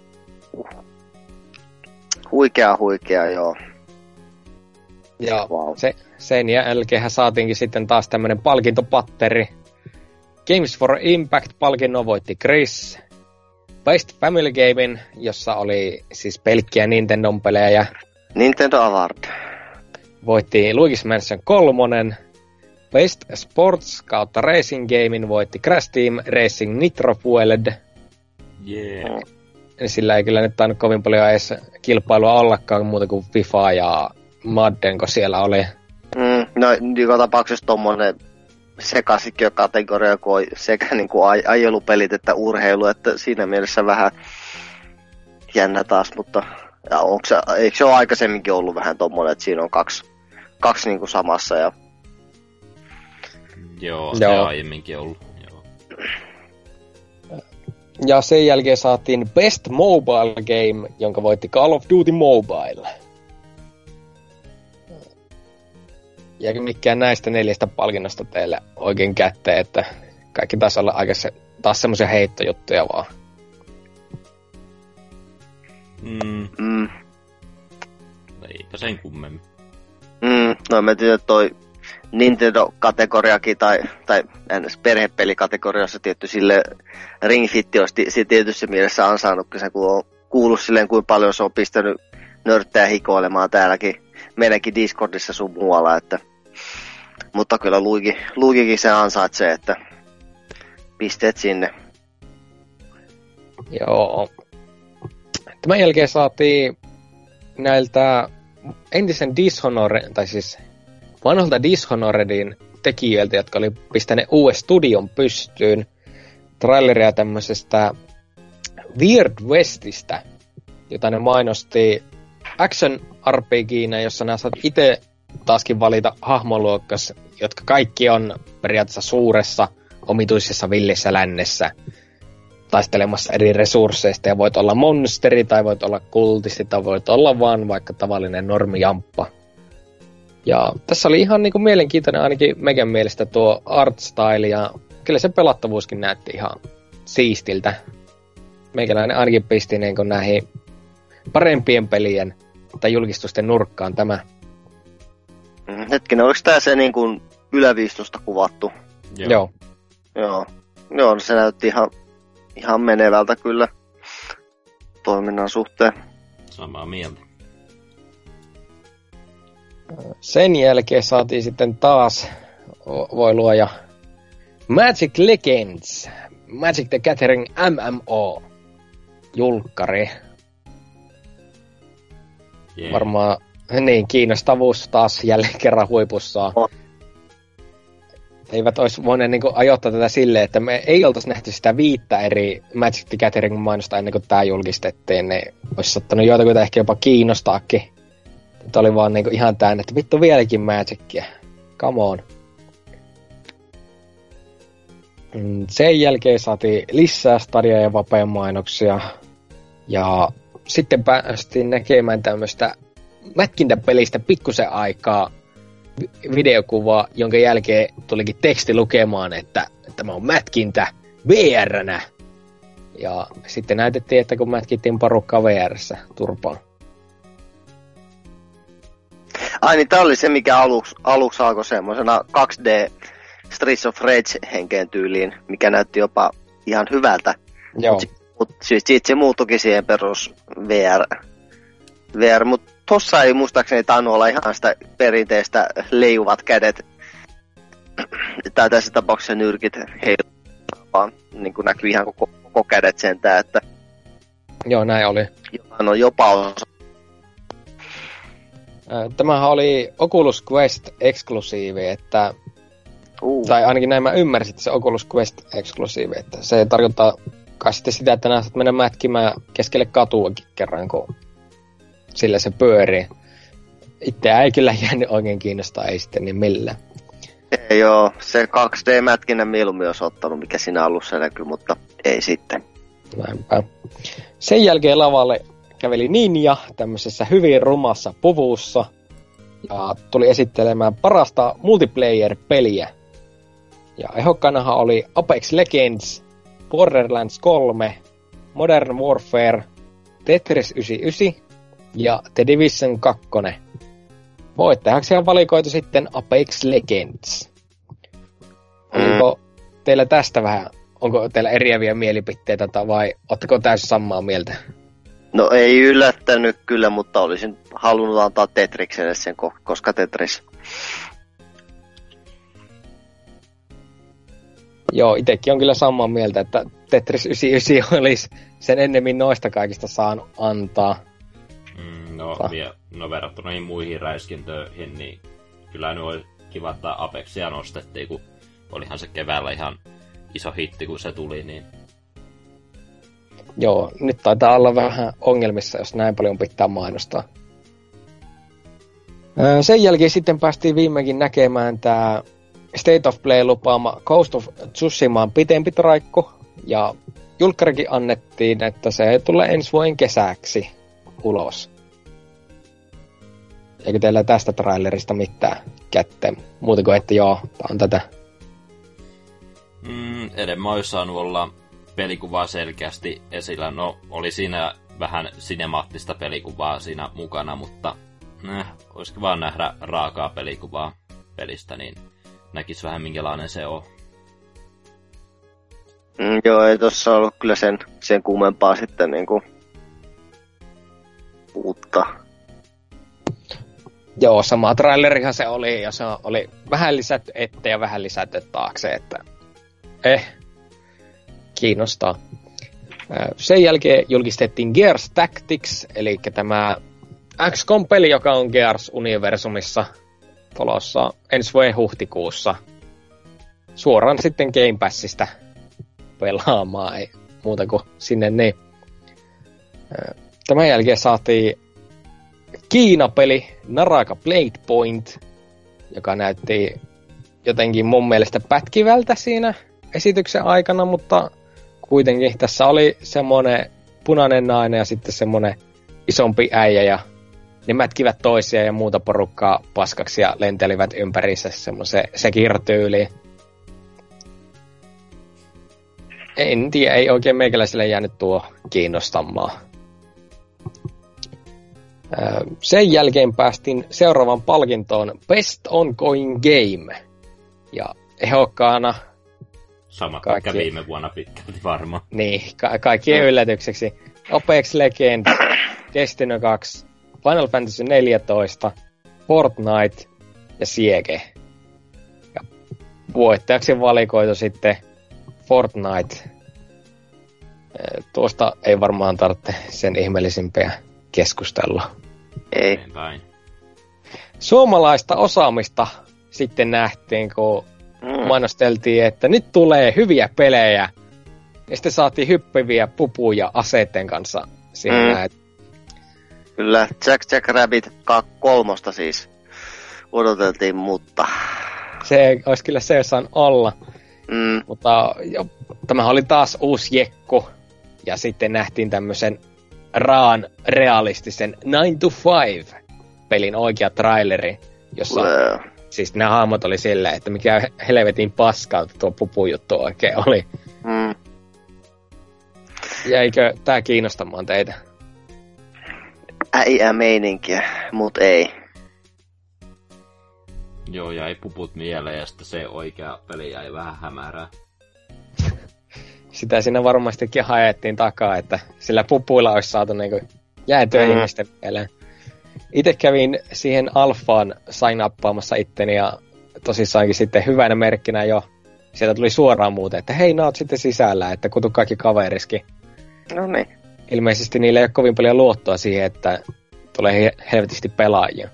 huikea, joo. Ja wow. Sen jälkeen saatiinkin sitten taas tämmönen palkintopatteri. Games for Impact-palkinnon voitti Chris. Best Family Gamein, jossa oli siis pelkkiä Nintendon pelejä. Nintendo Award. Voitti Luigi's Mansion 3. Best Sports kautta Racing Gamein voitti Crash Team Racing Nitro Fueled. Yeah. Sillä ei kyllä nyt tainnut kovin paljon edes kilpailua ollakaan muuta kuin FIFA ja Madden, kun siellä oli. No, joka tapauksessa tommonen sekaisikö kategoria, kun on sekä niin kuin ajelupelit että urheilu, että siinä mielessä vähän jännä taas, mutta ja eikö se ole aikaisemminkin ollut vähän tommonen, että siinä on kaksi niin kuin samassa ja... Joo, se on aiemminkin ollut. Joo. Ja sen jälkeen saatiin Best Mobile Game, jonka voitti Call of Duty Mobile. Ja mikään näistä 4 palkinnosta teille oikein kätteen, että kaikki taas olla taas semmosia heittojuttuja vaan. Eipä sen kummemmin. No mä tiedän, että toi Nintendo-kategoriakin tai ns. Perhepelikategoriassa tietty sille Ring Fit olisi tietyssä mielessä ansainnutkin se, kun on kuullut silleen, kuinka paljon se on pistänyt nörttää hikoilemaan täälläkin, meidänkin Discordissa sun muualla, että mutta kyllä Luigikin se ansaitsee, että pisteet sinne. Joo. Tämän jälkeen saatiin näiltä entisen Dishonored, tai siis vanhalta Dishonoredin tekijöiltä, jotka oli pistäneet uuden studion pystyyn, traileria tämmöisestä Weird Westistä, jota ne mainosti Action RPG:nä, jossa nää saat itse taaskin valita hahmoluokkas, jotka kaikki on periaatteessa suuressa, omituisessa villissä lännessä taistelemassa eri resursseista, ja voit olla monsteri, tai voit olla kultisti, tai voit olla vaan vaikka tavallinen normijamppa. Ja tässä oli ihan niinku mielenkiintoinen ainakin meidän mielestä tuo art style, ja kyllä se pelattavuuskin näytti ihan siistiltä. Meikäläinen ainakin pisti niinku näihin parempien pelien tai julkistusten nurkkaan tämä. Hetkinen, oliko tää se niinku yläviistosta kuvattu? Joo. Joo, se näytti ihan menevältä kyllä toiminnan suhteen. Samaa mieltä. Sen jälkeen saatiin sitten taas, voi luoja, Magic Legends, Magic the Gathering MMO, julkkari. Yeah. Varmaan niin, kiinnostavuus taas jälleen kerran huipussaan. Eivät olisi voineet niin ajoittaa tätä silleen, että me ei oltaisi nähty sitä 5 eri Magic the Gathering mainosta ennen kuin tämä julkistettiin. Ne olisi saattanut joitakuita ehkä jopa kiinnostaakin. Tämä oli vaan niin ihan täynnä, että vittu vieläkin Magicia. Come on. Sen jälkeen saatiin lisää stadia ja vapeen mainoksia. Ja sitten päästiin näkemään tämmöistä mätkintäpelistä pikkusen aikaa videokuvaa, jonka jälkeen tulikin teksti lukemaan, että tämä on mätkintä VR-nä. Ja sitten näytettiin, että kun mätkittiin porukkaa VR-ssä turpaan. Ai niin, tää oli se, mikä aluksi alkoi semmoisena 2D Streets of Rage-henkeen tyyliin, mikä näytti jopa ihan hyvältä. Joo. Mutta sitten se muuttukin siihen perus VR, mutta tossa ei muistaakseni tainnut olla ihan sitä perinteistä leijuvat kädet, tai tässä tapauksessa nyrkit vaan niin kuin näkyy ihan koko kädet sentään, että joo, näin oli. on jopa osa. Tämähän oli Oculus Quest-eksklusiivi, että tai ainakin näin mä ymmärsin, että se Oculus Quest-eksklusiivi, että se tarkoittaa kai sitten sitä, että nää saat mennä mätkimään keskelle katuakin kerran, kun sillä se pyörii. Itseä ei kyllä jäänyt oikein kiinnostaa, ei sitten niin millään. Ei joo, se 2D-mätkinnän mieluummin olisi ottanut, mikä siinä alussa näkyy, mutta ei sitten. Näinpä. Sen jälkeen lavalle käveli Ninja tämmöisessä hyvin rumassa puvussa ja tuli esittelemään parasta multiplayer-peliä. Ja ehokkanahan oli Apex Legends, Borderlands 3, Modern Warfare, Tetris 99 ja The Division 2. Voittajaksi on valikoitu sitten Apex Legends. Onko teillä tästä vähän, onko teillä eriäviä mielipiteitä vai ootteko täysin samaa mieltä? No ei yllättänyt kyllä, mutta olisin halunnut antaa Tetrikselle sen, koska Tetris. Joo, itsekin on kyllä samaa mieltä, että Tetris 99 olisi sen ennemmin noista kaikista saanut antaa. No verrattuna niihin muihin räiskintöihin, niin kyllä nyt oli kiva, että Apexia nostettiin, kun olihan se keväällä ihan iso hitti, kun se tuli, niin... Joo, nyt taitaa olla vähän ongelmissa, jos näin paljon pitää mainostaa. Sen jälkeen sitten päästiin viimeinkin näkemään tää State of Play lupaama Ghost of Tsushimaan pitempi traikku, ja julkkarikin annettiin, että se tulee ensi vuoden kesäksi ulos. Eikö teillä tästä trailerista mitään kätteen? Muuten kuin, että joo, tää on tätä. Enemmän olisi saanut olla pelikuvaa selkeästi esillä. No, oli siinä vähän sinemaattista pelikuvaa siinä mukana, mutta olisikin vaan nähdä raakaa pelikuvaa pelistä, niin näkis vähän minkälainen se on. Joo, ei tossa ollut kyllä sen kummempaa sitten niinku uutta. Joo, sama trailerihan se oli, ja se oli vähän lisätty eteen ja vähän lisätty taakse, että kiinnostaa. Sen jälkeen julkistettiin Gears Tactics, eli tämä XCOM-peli, joka on Gears-universumissa tulossa ensi vuoden huhtikuussa. Suoraan sitten Game Passista pelaamaan, ei muuta kuin sinne niin. Tämän jälkeen saatiin Kiina-peli Naraka Blade Point, joka näytti jotenkin mun mielestä pätkivältä siinä esityksen aikana, mutta kuitenkin tässä oli semmonen punainen nainen ja sitten semmonen isompi äijä ja ne mätkivät toisia ja muuta porukkaa paskaksi ja lentelivät ympärissä semmoisen sekirtyyliin. En tiedä, ei oikein meikäläiselle jäänyt tuo kiinnostamaan. Sen jälkeen päästiin seuraavan palkintoon Best Ongoing Game. Ja ehokkaana sama kaikki viime vuonna pitkälti varmaan. Niin, kaikkien yllätykseksi. Apex Legends, Destiny 2, Final Fantasy 14, Fortnite ja Siege. Ja voittajaksi valikoitu sitten Fortnite. Tuosta ei varmaan tarvitse sen ihmeellisimpiä keskustella. Ei. Suomalaista osaamista sitten nähtiin, kun mainosteltiin, että nyt tulee hyviä pelejä. Ja sitten saatiin hyppiviä pupuja aseiden kanssa siinä. Kyllä, Jack Rabbit 3 siis odoteltiin, mutta se olisi kyllä se jossain olla. Mutta tämähän oli taas uusi jekku. Ja sitten nähtiin tämmöisen raan realistisen 9-to-5-pelin oikea traileri, jossa siis nämä hahmot oli silleen, että mikä helvetin paskalta tuo pupujuttu oikein oli. Jäikö tää kiinnostamaan teitä? Äijä meininkiä, mut ei. Joo, jäi puput mieleen ja sitten se oikea peli jäi vähän hämärää. Sitä siinä varmastikin haettiin takaa, että sillä pupuilla olisi saatu niinku jäätyä ihmisten mieleen. Itse kävin siihen alfaan sign-uppaamassa itteni ja tosissaankin sitten hyvänä merkkinä jo sieltä tuli suoraan muuten, että hei, nää oot sitten sisällä, että kutu kaikki kaveriskin. No niin. Ilmeisesti niillä ei ole kovin paljon luottoa siihen, että tulee helvetisti pelaajia.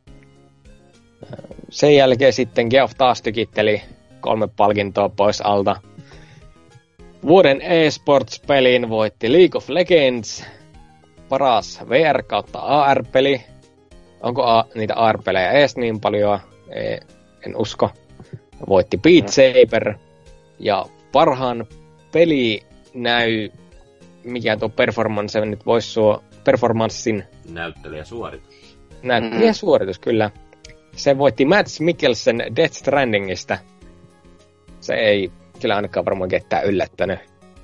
Sen jälkeen sitten Geoff taas tykitteli 3 palkintoa pois alta. Vuoden eSports-pelin voitti League of Legends. Paras VR kautta AR-peli. Onko niitä AR-pelejä edes niin paljon? En usko. Voitti Beat Saber. Ja parhaan peli mikä tuo performance nyt voisi sua performanssin näyttelijäsuoritus. Näyttelijäsuoritus, kyllä. Se voitti Mads Mikkelsen Death Strandingista. Se ei kyllä ainakaan varmaan ketään yllättänyt.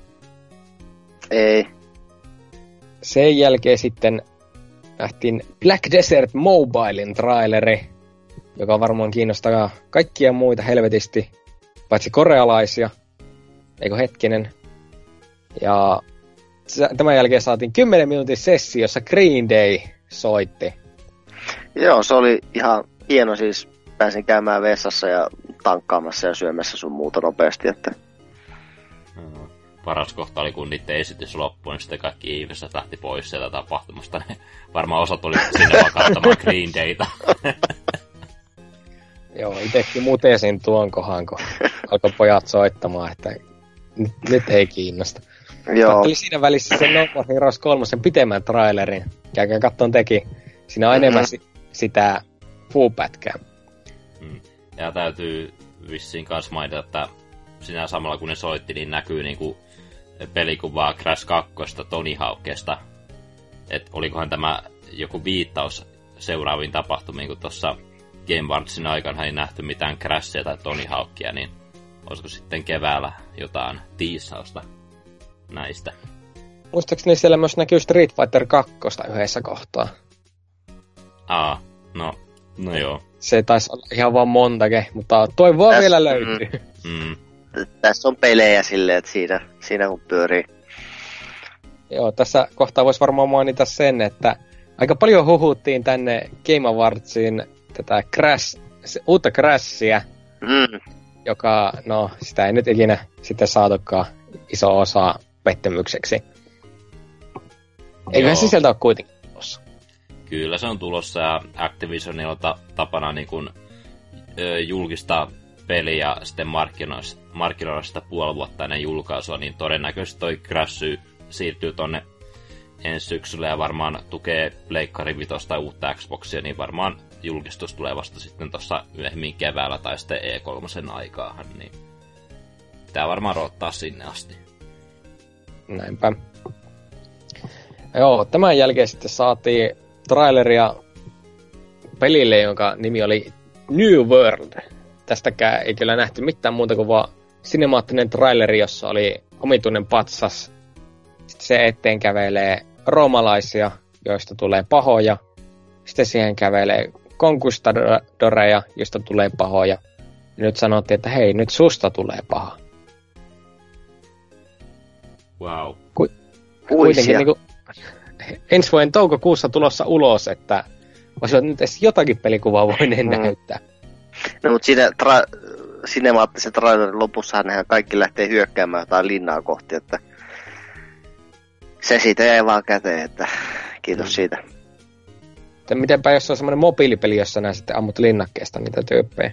Ei. Sen jälkeen sitten nähtiin Black Desert Mobilein traileri, joka varmaan kiinnostaa kaikkia muita helvetisti, paitsi korealaisia. Eikö hetkinen? Ja tämän jälkeen saatiin 10 minuutin sessio, jossa Green Day soitti. Joo, se oli ihan hieno, siis pääsin käymään vessassa ja tankkaamassa ja syömässä sun muuta nopeasti, että paras kohta oli, kun niiden esitys loppui, niin sitten kaikki ihmiset lähti pois sieltä tapahtumasta. Varmaan osa tuli sinne vaan katsomaan Green Dayta. Joo, itekin mutesin tuon kohan, kun alkoi pojat soittamaan, että nyt ei kiinnosta. Kattelin siinä välissä sen No More Heroes 3 pitemmän trailerin. Käykää kattoon teki. Siinä on enemmän sitä fuu-pätkää. Ja täytyy vissiin kanssa mainita, että siinä samalla kun ne soitti, niin näkyy niinku pelikuvaa Crash 2 Tony Hawkista. Et olikohan tämä joku viittaus seuraaviin tapahtumiin, kun tuossa Game Awardsin aikana ei nähty mitään Crashia tai Tony Hawkia, niin olisiko sitten keväällä jotain tiisausta näistä? Muistaakseni siellä myös näkyy Street Fighter 2 yhdessä kohtaa. No joo. Se taisi olla ihan vaan montake, mutta toivoa vielä löytyy. Tässä on pelejä silleen, että siinä kun pyörii. Joo, tässä kohtaa voisi varmaan mainita sen, että aika paljon huhuttiin tänne Game Awardsiin tätä uutta Crashia, joka, no, sitä ei nyt ikinä sitten saatukaan iso osa pettymykseksi. Eiköhän se sieltä ole kuitenkin tulossa. Kyllä se on tulossa, ja Activisionilla tapana niin kun, julkistaa peliä ja sitten markkinoida sitä puoli vuotta ennen julkaisua, niin todennäköisesti toi Crash siirtyy tonne ensi syksyllä ja varmaan tukee Pleikkari 5 tai uutta Xboxia, niin varmaan julkistus tulee vasta sitten tuossa myöhemmin keväällä tai sitten E3 aikaahan, niin pitää varmaan odottaa sinne asti. Näinpä. Joo, tämän jälkeen sitten saatiin traileria pelille, jonka nimi oli New World. Tästäkään ei kyllä nähty mitään muuta kuin vaan sinemaattinen traileri, jossa oli omituinen patsas. Sitten se eteen kävelee roomalaisia, joista tulee pahoja. Sitten siihen kävelee konkustadoreja, joista tulee pahoja. Ja nyt sanottiin, että hei, nyt susta tulee paha. Wow. Kuitenkin niin kuin, ensi vuoden toukokuussa tulossa ulos, että olisivat nyt edes jotakin pelikuvaa voineen näyttää. No mutta siinä sinemaattisen trailerin lopussahan nehän kaikki lähtee hyökkäämään jotain linnaa kohti, että se siitä jäi vaan käteen, että kiitos siitä. Että mitenpä jos on semmoinen mobiilipeli, jossa nää sitten ammut linnakkeesta niitä tyyppejä.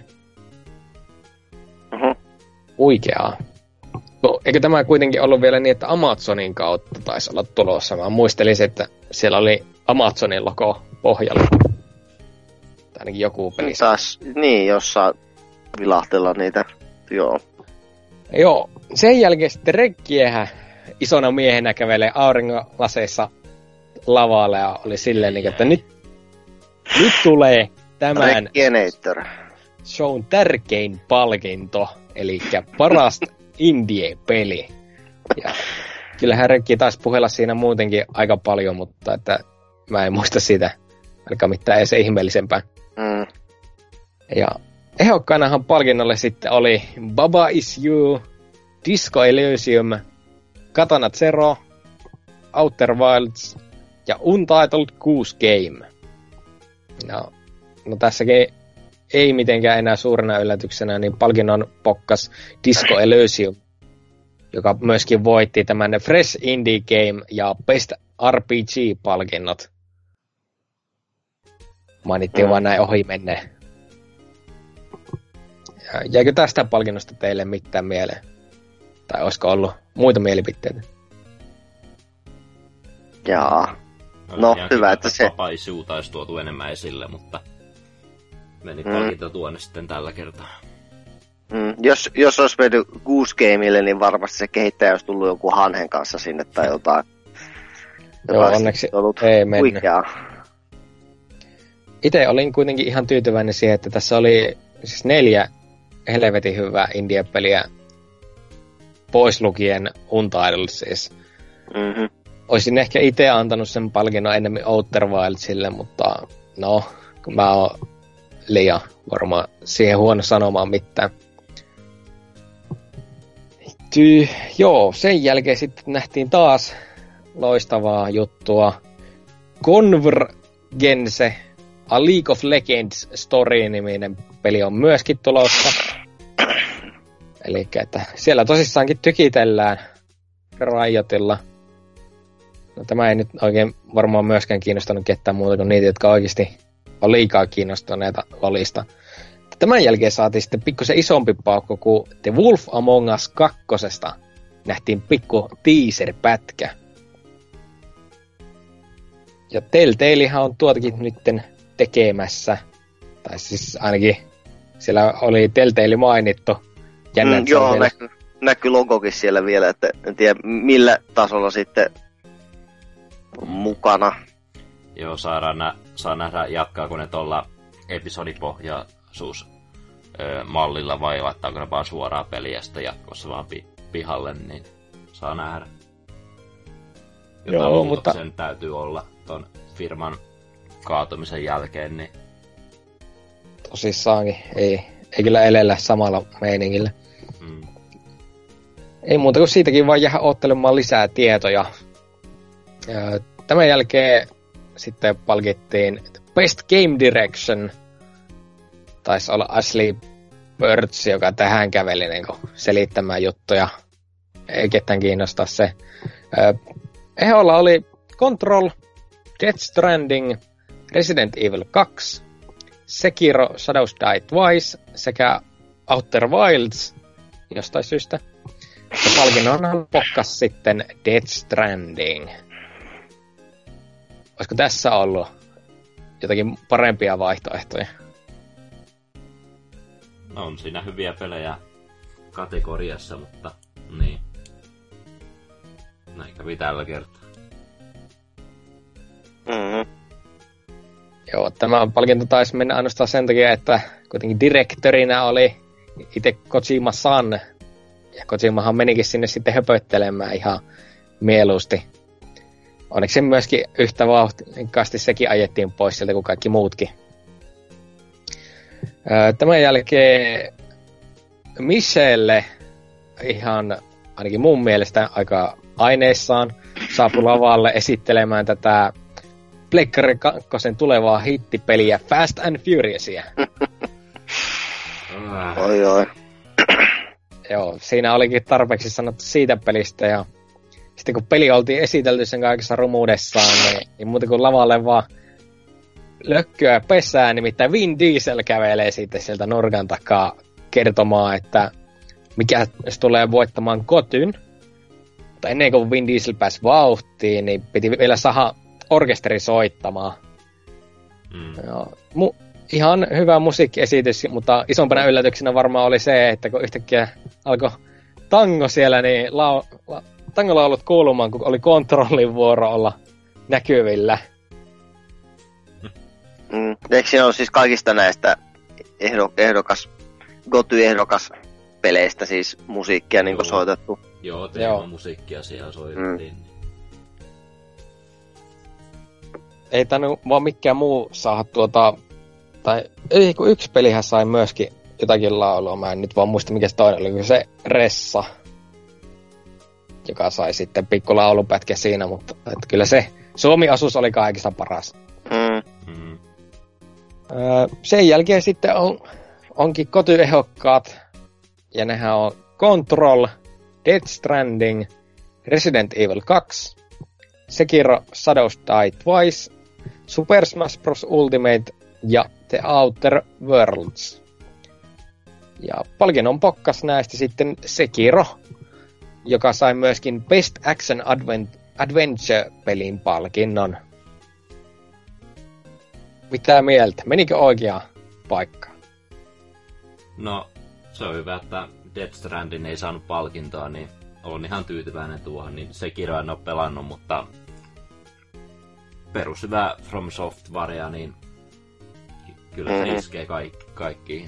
Uikeaa. No, eikö tämä kuitenkin ollut vielä niin, että Amazonin kautta taisi olla tulossa? Mä muistelin, että siellä oli Amazonin logo pohjalla. Tai ainakin joku peli. Taas, niin, jossain vilahtella niitä, joo. Joo, sen jälkeen sitten Rekkiehä isona miehenä kävelee auringonlaseissa lavalle ja oli silleen, että nyt tulee tämän shown tärkein palkinto, eli paras indie-peli. Ja kyllähän Rekki taisi puhella siinä muutenkin aika paljon, mutta että mä en muista sitä ainakaan mitään edes ihmeellisempää. Ja ehdokkaanahan palkinnolle sitten oli Baba Is You, Disco Elysium, Katana Zero, Outer Wilds ja Untitled Goose Game. No tässäkin ei mitenkään enää suurena yllätyksenä, niin palkinnon pokkas Disco Elysium, joka myöskin voitti tämän Fresh Indie Game ja Best RPG-palkinnot. Mainittiin vaan näin ohi menneen. Jäikö tästä palkinnosta teille mitään mieleen? Tai olisiko ollut muita mielipiteitä? Jaa. No, hyvä, että se... Papaisuu taisi tuotu enemmän esille, mutta meni palkinto tuonne sitten tällä kertaa. Jos olisi mennyt Goose Gameille, niin varmasti se kehittäjä olisi tullut joku hanhen kanssa sinne tai jotain. Joo, onneksi ei mennyt. Huikeaa. Itse olin kuitenkin ihan tyytyväinen siihen, että tässä oli siis 4 helvetin hyvää indie-peliä pois lukien Untitled siis. Olisin ehkä itse antanut sen palkinnon enemmän Outer Wildsille, mutta no, mä oon liian varmaan siihen huono sanomaan mitään. Joo, sen jälkeen sitten nähtiin taas loistavaa juttua. Convergence, A League of Legends Story-niminen peli on myöskin tulossa. Eli että siellä tosissaankin tykitellään Riotilla. No, tämä ei nyt oikein varmaan myöskään kiinnostanut ketään muuta kuin niitä, jotka oikeasti on liikaa kiinnostuneita LoLista. Tämän jälkeen saatiin sitten pikkusen isompi paukku, kun The Wolf Among Us 2. nähtiin pikku teaser-pätkä. Ja Telltalehan on tuotakin nytten tekemässä. Tai siis ainakin siellä oli Telltale mainittu. Joo, näkyy logokin siellä vielä, että en tiedä millä tasolla sitten mukana. Joo, saa nähdä jatkaako ne tuolla episodipohjaisuus mallilla vai laittaako ne vaan suoraan peliä sitten jatkossa vaan pihalle, niin saa nähdä. Jotain mutta sen täytyy olla ton firman kaatumisen jälkeen, niin tosissaankin ei kyllä elellä samalla meiningillä. Ei muuta kuin siitäkin vaan jäädä ottelemaan lisää tietoja. Tämän jälkeen sitten palkittiin Best Game Direction. Taisi olla Ashley Birch, joka tähän käveli niin selittämään juttuja. Ei ketään kiinnostaa se. Eholla oli Control, Death Stranding, Resident Evil 2, Sekiro Shadows Die Twice sekä Outer Wilds jostain syystä. Ja palkinnonhan pokkas sitten Death Stranding. Olisiko tässä ollut jotakin parempia vaihtoehtoja? No, on siinä hyviä pelejä kategoriassa, mutta niin. Näin kävi tällä kertaa. Mm-hmm. Joo, tämä palkinto taisi mennä ainoastaan sen takia, että kuitenkin direktörinä oli itse Kojima-san. Ja Kojimahan menikin sinne sitten höpöttelemään ihan mieluusti. Onneksi myöskin yhtä vauhdikkaasti sekin ajettiin pois sieltä kuin kaikki muutkin. Tämän jälkeen Michelle ihan ainakin mun mielestä aika aineissaan saapui lavalle esittelemään tätä Pleikkari 2 tulevaa hittipeliä Fast and Furiousia. Oi. Joo, siinä olikin tarpeeksi sanottu siitä pelistä ja sitten kun peli oltiin esitelty sen kaikessa rumuudessaan, niin muuten kuin lavalle vaan lökkyä pesää, nimittäin Vin Diesel kävelee sitten sieltä nurkan takaa kertomaan, että mikä se tulee voittamaan Gotyn. Mutta ennen kuin Vin Diesel pääsi vauhtiin, niin piti vielä saada orkesteri soittamaan. Ihan hyvä musiikkiesitys, mutta isompana yllätyksenä varmaan oli se, että kun yhtäkkiä alkoi tango siellä, niin tangolaulut kuulumaan, kun oli Controlin vuoro olla näkyvillä. Eikö siinä ole siis kaikista näistä Goty-ehdokas peleistä siis musiikkia niin soitettu? Joo, teemamusiikkia siellä soitettiin. Ei tainnut vaan mikään muu saada tai ei, kun yksi pelihän sai myöskin jotakin laulua. Mä en nyt vaan muista mikä se toinen oli, se Ressa, joka sai sitten pikku laulupätkä siinä, mutta että kyllä se Suomi-asuus oli kaikista paras. Sen jälkeen sitten onkin Goty-ehdokkaat, ja nehän on Control, Death Stranding, Resident Evil 2, Sekiro Shadows Die Twice, Super Smash Bros. Ultimate ja The Outer Worlds. Ja palkinnon pokkas näistä sitten Sekiro, joka sai myöskin Best Action Adventure-pelin palkinnon. Mitä mieltä? Menikö oikeaan paikkaan? No, se on hyvä, että Death Stranding ei saanut palkintoa, niin olen ihan tyytyväinen tuohon. Niin Sekiro en ole pelannut, mutta perushyvä From Softwarea, niin kyllä se iskee kaikkiin.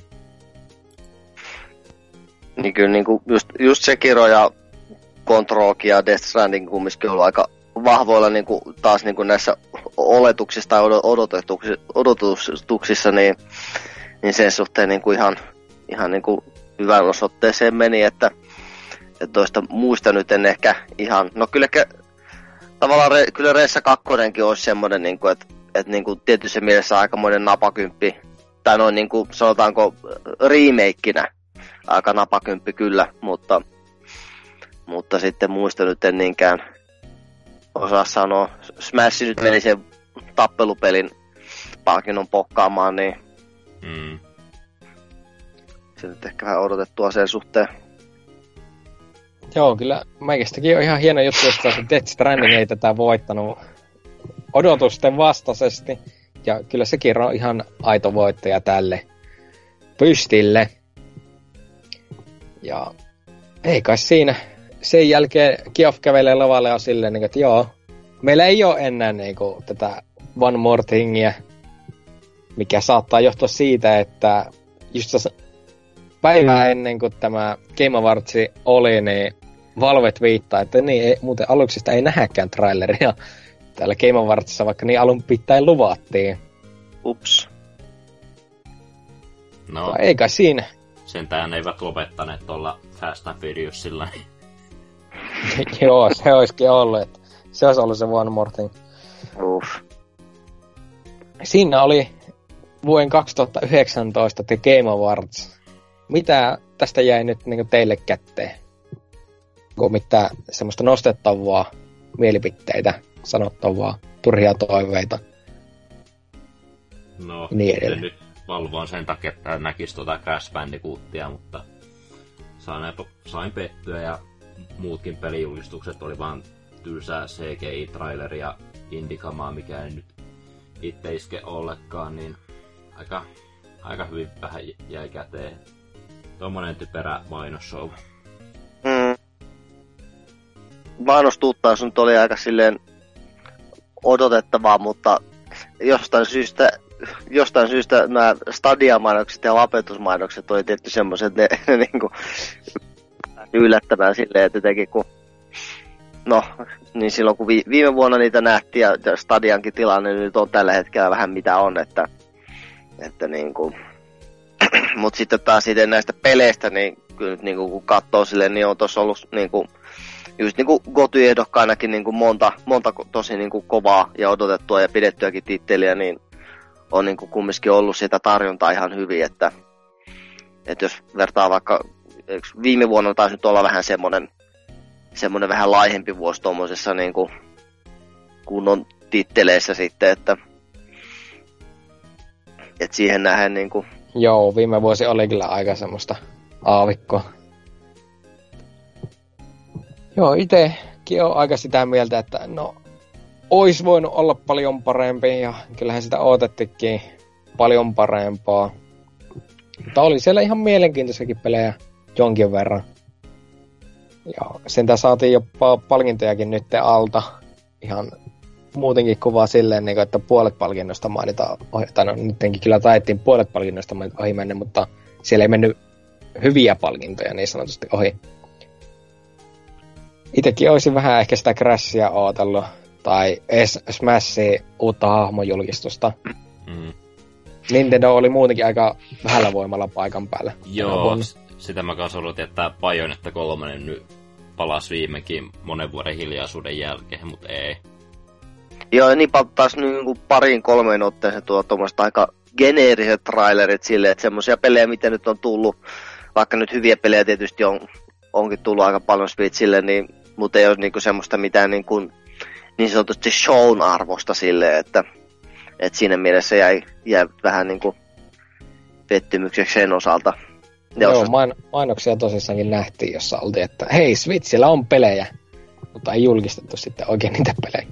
Niin kyllä niinku just Sekiro ja Controlkin ja Death Stranding kumminkin on ollut aika vahvoilla niinku taas niinku näissä oletuksissa tai odotuksissa, niin sen suhteen niinku ihan niinku hyvän osoitteeseen meni, että toista muista nyt en ehkä ihan, no kyllä tavallaan kyllä Ressa 2 olisi semmoinen niinku, että niinku tietyssä mielessä aikamoinen napakymppi, tai noin niinku sanotaanko remakeinä aika napakymppi kyllä, mutta sitten muista nyt en niinkään osaa sanoa. Smash nyt meni sen tappelupelin palkinnon pokkaamaan, niin se nyt ehkä vähän odotettua sen suhteen. Joo, kyllä meikästäkin on ihan hieno juttu, että se Death Stranding ei tätä voittanut odotusten vastaisesti. Ja kyllä sekin on ihan aito voittaja tälle pystille. Ja ei kai siinä. Sen jälkeen Kioff kävelee lavalle ja silleen, että joo, meillä ei ole enää tätä One More Thingia, mikä saattaa johtua siitä, että just päivää ennen kuin tämä Game Awards oli, niin Valvet viittaa, että niin ei, muuten aluksista ei nähdäkään traileria täällä Game Awardsissa, vaikka niin alun pitäen luvattiin. Ups. No, ei kai siinä. Sentään eivät lopettaneet tuolla Fast and Furiousilla. Joo, se olisikin ollut, että se olisi ollut se One More Thing. Siinä oli vuoden 2019 The Game Awards. Mitä tästä jäi nyt teille kätteen? Onko mitään semmoista nostettavaa mielipiteitä sanottavaa, turhia toiveita. No, niin edelleen. nyt valvoin sen takia, että näkisi Crash Bandicootia, mutta sain pettyä ja muutkin pelijulistukset oli vaan tylsää CGI-traileri ja indikamaa, mikä ei nyt itse iske ollenkaan, niin aika hyvin vähän jäi käteen. Tommonen typerä mainosshow. Mainostuuttaus nyt oli aika silleen odotettavaa, mutta jostain syystä nämä Stadia-mainokset ja vapetusmainokset oli tietty semmoiset, että ne niinku yllättävää silleen, että jotenkin kun niin silloin kun viime vuonna niitä nähtiin ja Stadiankin tilanne niin nyt on tällä hetkellä vähän mitä on, että niinku mut sitten taas sitten näistä peleistä, niin kyllä nyt niinku kun katsoo silleen, niin on tossa ollut niinku just niinku Goty-ehdokkainakin niinku monta tosi niinku kovaa ja odotettua ja pidettyäkin titteliä, niin on niinku kumminkin ollut sitä tarjontaa ihan hyvin, että jos vertaa vaikka viime vuonna taisi nyt olla vähän semmonen vähän laihempi vuosi tuommoisessa niinku kunnon titteleissä sitten, että siihen nähden niinku. Joo, viime vuosi oli kyllä aika semmoista aavikkoa. Joo, itekin on aika sitä mieltä, että ois voinut olla paljon parempi ja kyllähän sitä odotettikin paljon parempaa. Mutta oli siellä ihan mielenkiintoisiakin pelejä jonkin verran. Ja sentään saatiin jopa palkintojakin nyt alta. Ihan muutenkin kuvaa silleen, että puolet palkinnosta mainitaan ohi. Tai nytkin kyllä taettiin puolet palkinnosta ohi menne, mutta siellä ei mennyt hyviä palkintoja niin sanotusti ohi. Itekin olisin vähän ehkä sitä Crashia ootellut. Tai Smashia uutta hahmojulkistusta. Nintendo oli muutenkin aika vähällä voimalla paikan päällä. Joo, sitä mä kanssa odotin, että Bayonetta 3 nyt palasi viimekin monen vuoden hiljaisuuden jälkeen, mutta ei. Joo, ja niinpä taas niin pariin kolmeen otteeseen tuommoista aika geneeriset trailerit silleen, että semmosia pelejä, mitä nyt on tullut, vaikka nyt hyviä pelejä tietysti onkin tullut aika paljon Switchille, niin, mutta ei ole niinku semmoista mitään niin sanotusti shown arvosta silleen, että siinä mielessä jäi vähän niinku pettymykseksi sen osalta. Joo, mainoksia tosissaankin nähtiin, jossa oltiin, että hei, Switchillä on pelejä, mutta ei julkistettu sitten oikein niitä pelejä.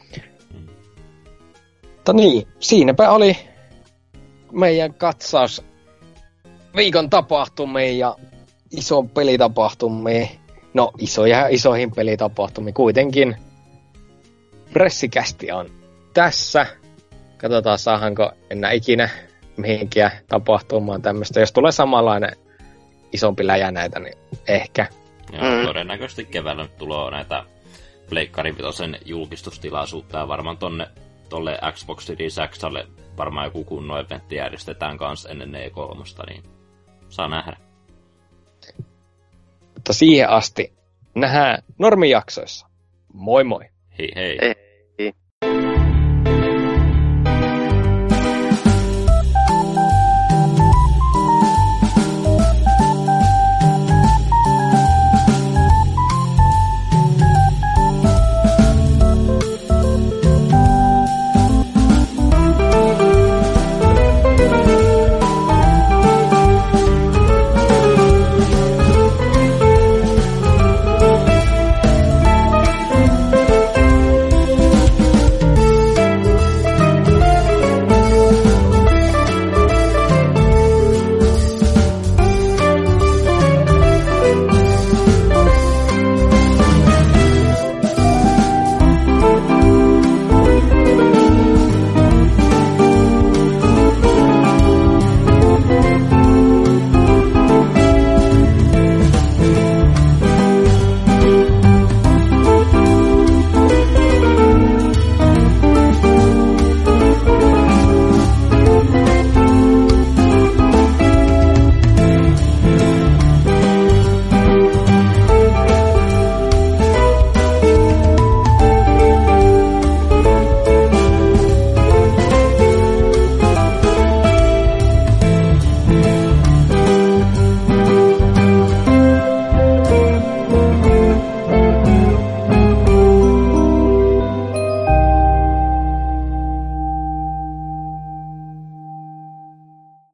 Mutta niin, siinäpä oli meidän katsaus viikon tapahtumiin ja ison pelitapahtumiin. No, isoihin pelitapahtumiin kuitenkin. Pressikästi on tässä. Katsotaan, saahanko enää ikinä mihinkään tapahtumaan tämmöistä. Jos tulee samanlainen isompi läjä näitä, niin ehkä. Joo, todennäköisesti keväällä nyt tulee näitä Pleikkari Vitosen julkistustilaisuutta ja varmaan tolle Xbox Series X:lle varmaan joku kunnon eventti järjestetään kanssa ennen E3, niin saa nähdä. Mutta siihen asti nähdään normijaksoissa. Moi moi! Hei hei!